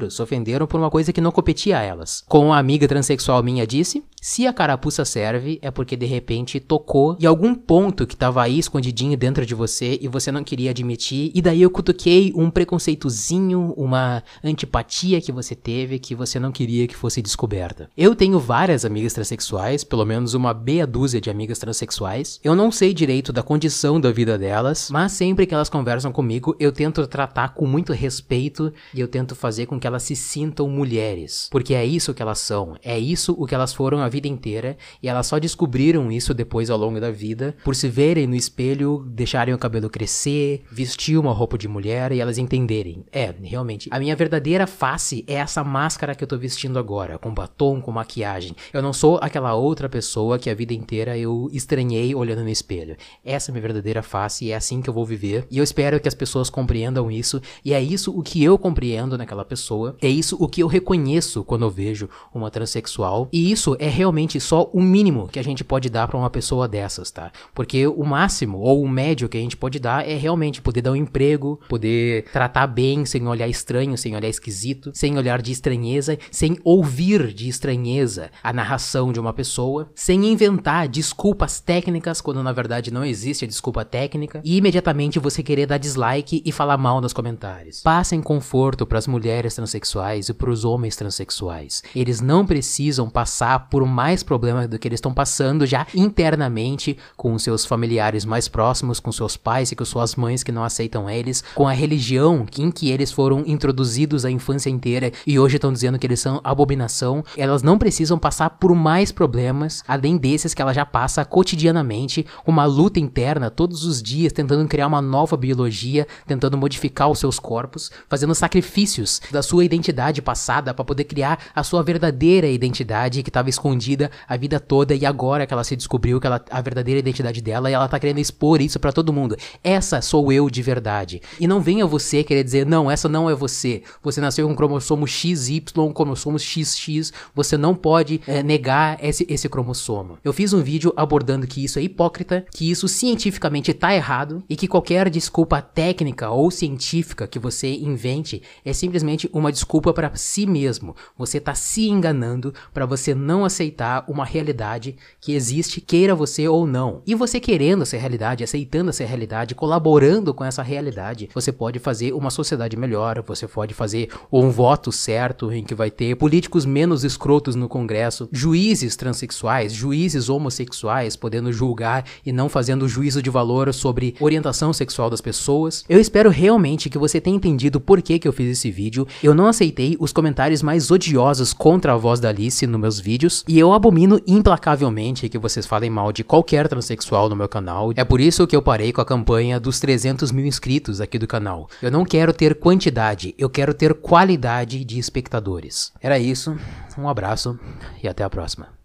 ofenderam por uma coisa que não competia a elas. Como a amiga transexual minha disse, se a carapuça serve, é porque de repente tocou em algum ponto que tava aí escondidinho dentro de você e você não queria admitir, e daí eu cutuquei um preconceitozinho, uma antipatia que você teve que você não queria que fosse descoberta. Eu tenho várias amigas transexuais, pelo menos uma meia dúzia de amigas transexuais. Eu não sei direito da condição da vida delas, mas sempre que elas conversam comigo, eu tento tratar com muito respeito e eu tento fazer com que elas se sintam mulheres, porque é isso que elas são, é isso o que elas foram a vida inteira, e elas só descobriram isso depois ao longo da vida, por se verem no espelho, deixarem o cabelo crescer, vestir uma roupa de mulher e elas entenderem. É, realmente, a minha verdadeira face é essa máscara que eu tô vestindo agora, com batom, com maquiagem. Eu não sou aquela outra pessoa que a vida inteira eu estranhei olhando no espelho. Essa é a minha verdadeira face e é assim que eu vou viver, e eu espero que as pessoas compreendam isso, e é isso o que eu compreendo naquela pessoa, é isso o que eu reconheço quando eu vejo uma transexual, e isso é realmente só o mínimo que a gente pode dar pra uma pessoa dessas, tá? Porque o máximo ou o médio que a gente pode dar é realmente poder dar um emprego, poder tratar bem, sem olhar estranho, sem olhar esquisito, sem olhar de estranheza, sem ouvir de estranheza a narração de uma pessoa, sem inventar desculpas técnicas quando na verdade não existe a desculpa técnica, e imediatamente você querer dar dislike e falar mal nos comentários. Passem conforto pras mulheres transexuais e pros homens transexuais. Eles não precisam passar por mais problema do que eles estão passando já internamente com os seus familiares mais próximos, com seus pais e com suas mães que não aceitam eles, com a religião em que eles foram introduzidos a infância inteira e hoje estão dizendo que eles são abominação. Elas não precisam passar por mais problemas além desses que ela já passa cotidianamente, uma luta interna todos os dias, tentando criar uma nova biologia, tentando modificar os seus corpos, fazendo sacrifícios da sua identidade passada para poder criar a sua verdadeira identidade que estava escondida a vida toda, e agora que ela se descobriu que ela, a verdadeira identidade dela, e ela tá querendo expor isso pra todo mundo. Essa sou eu de verdade. E não venha você querer dizer, não, essa não é você. Você nasceu com cromossomo X Y, cromossomo X X, você não pode é, negar esse, esse cromossomo. Eu fiz um vídeo abordando que isso é hipócrita, que isso cientificamente tá errado, e que qualquer desculpa técnica ou científica que você invente é simplesmente uma desculpa pra si mesmo. Você tá se enganando pra você não aceitar uma realidade que existe, queira você ou não. E você querendo essa realidade, aceitando essa realidade, colaborando com essa realidade, você pode fazer uma sociedade melhor, você pode fazer um voto certo em que vai ter políticos menos escrotos no Congresso, juízes transexuais, juízes homossexuais podendo julgar e não fazendo juízo de valor sobre orientação sexual das pessoas. Eu espero realmente que você tenha entendido por que que eu fiz esse vídeo. Eu não aceitei os comentários mais odiosos contra a voz da Alice nos meus vídeos, e eu abomino implacavelmente que vocês falem mal de qualquer transexual no meu canal. É por isso que eu parei com a campanha dos trezentos mil inscritos aqui do canal. Eu não quero ter quantidade, eu quero ter qualidade de espectadores. Era isso, um abraço e até a próxima.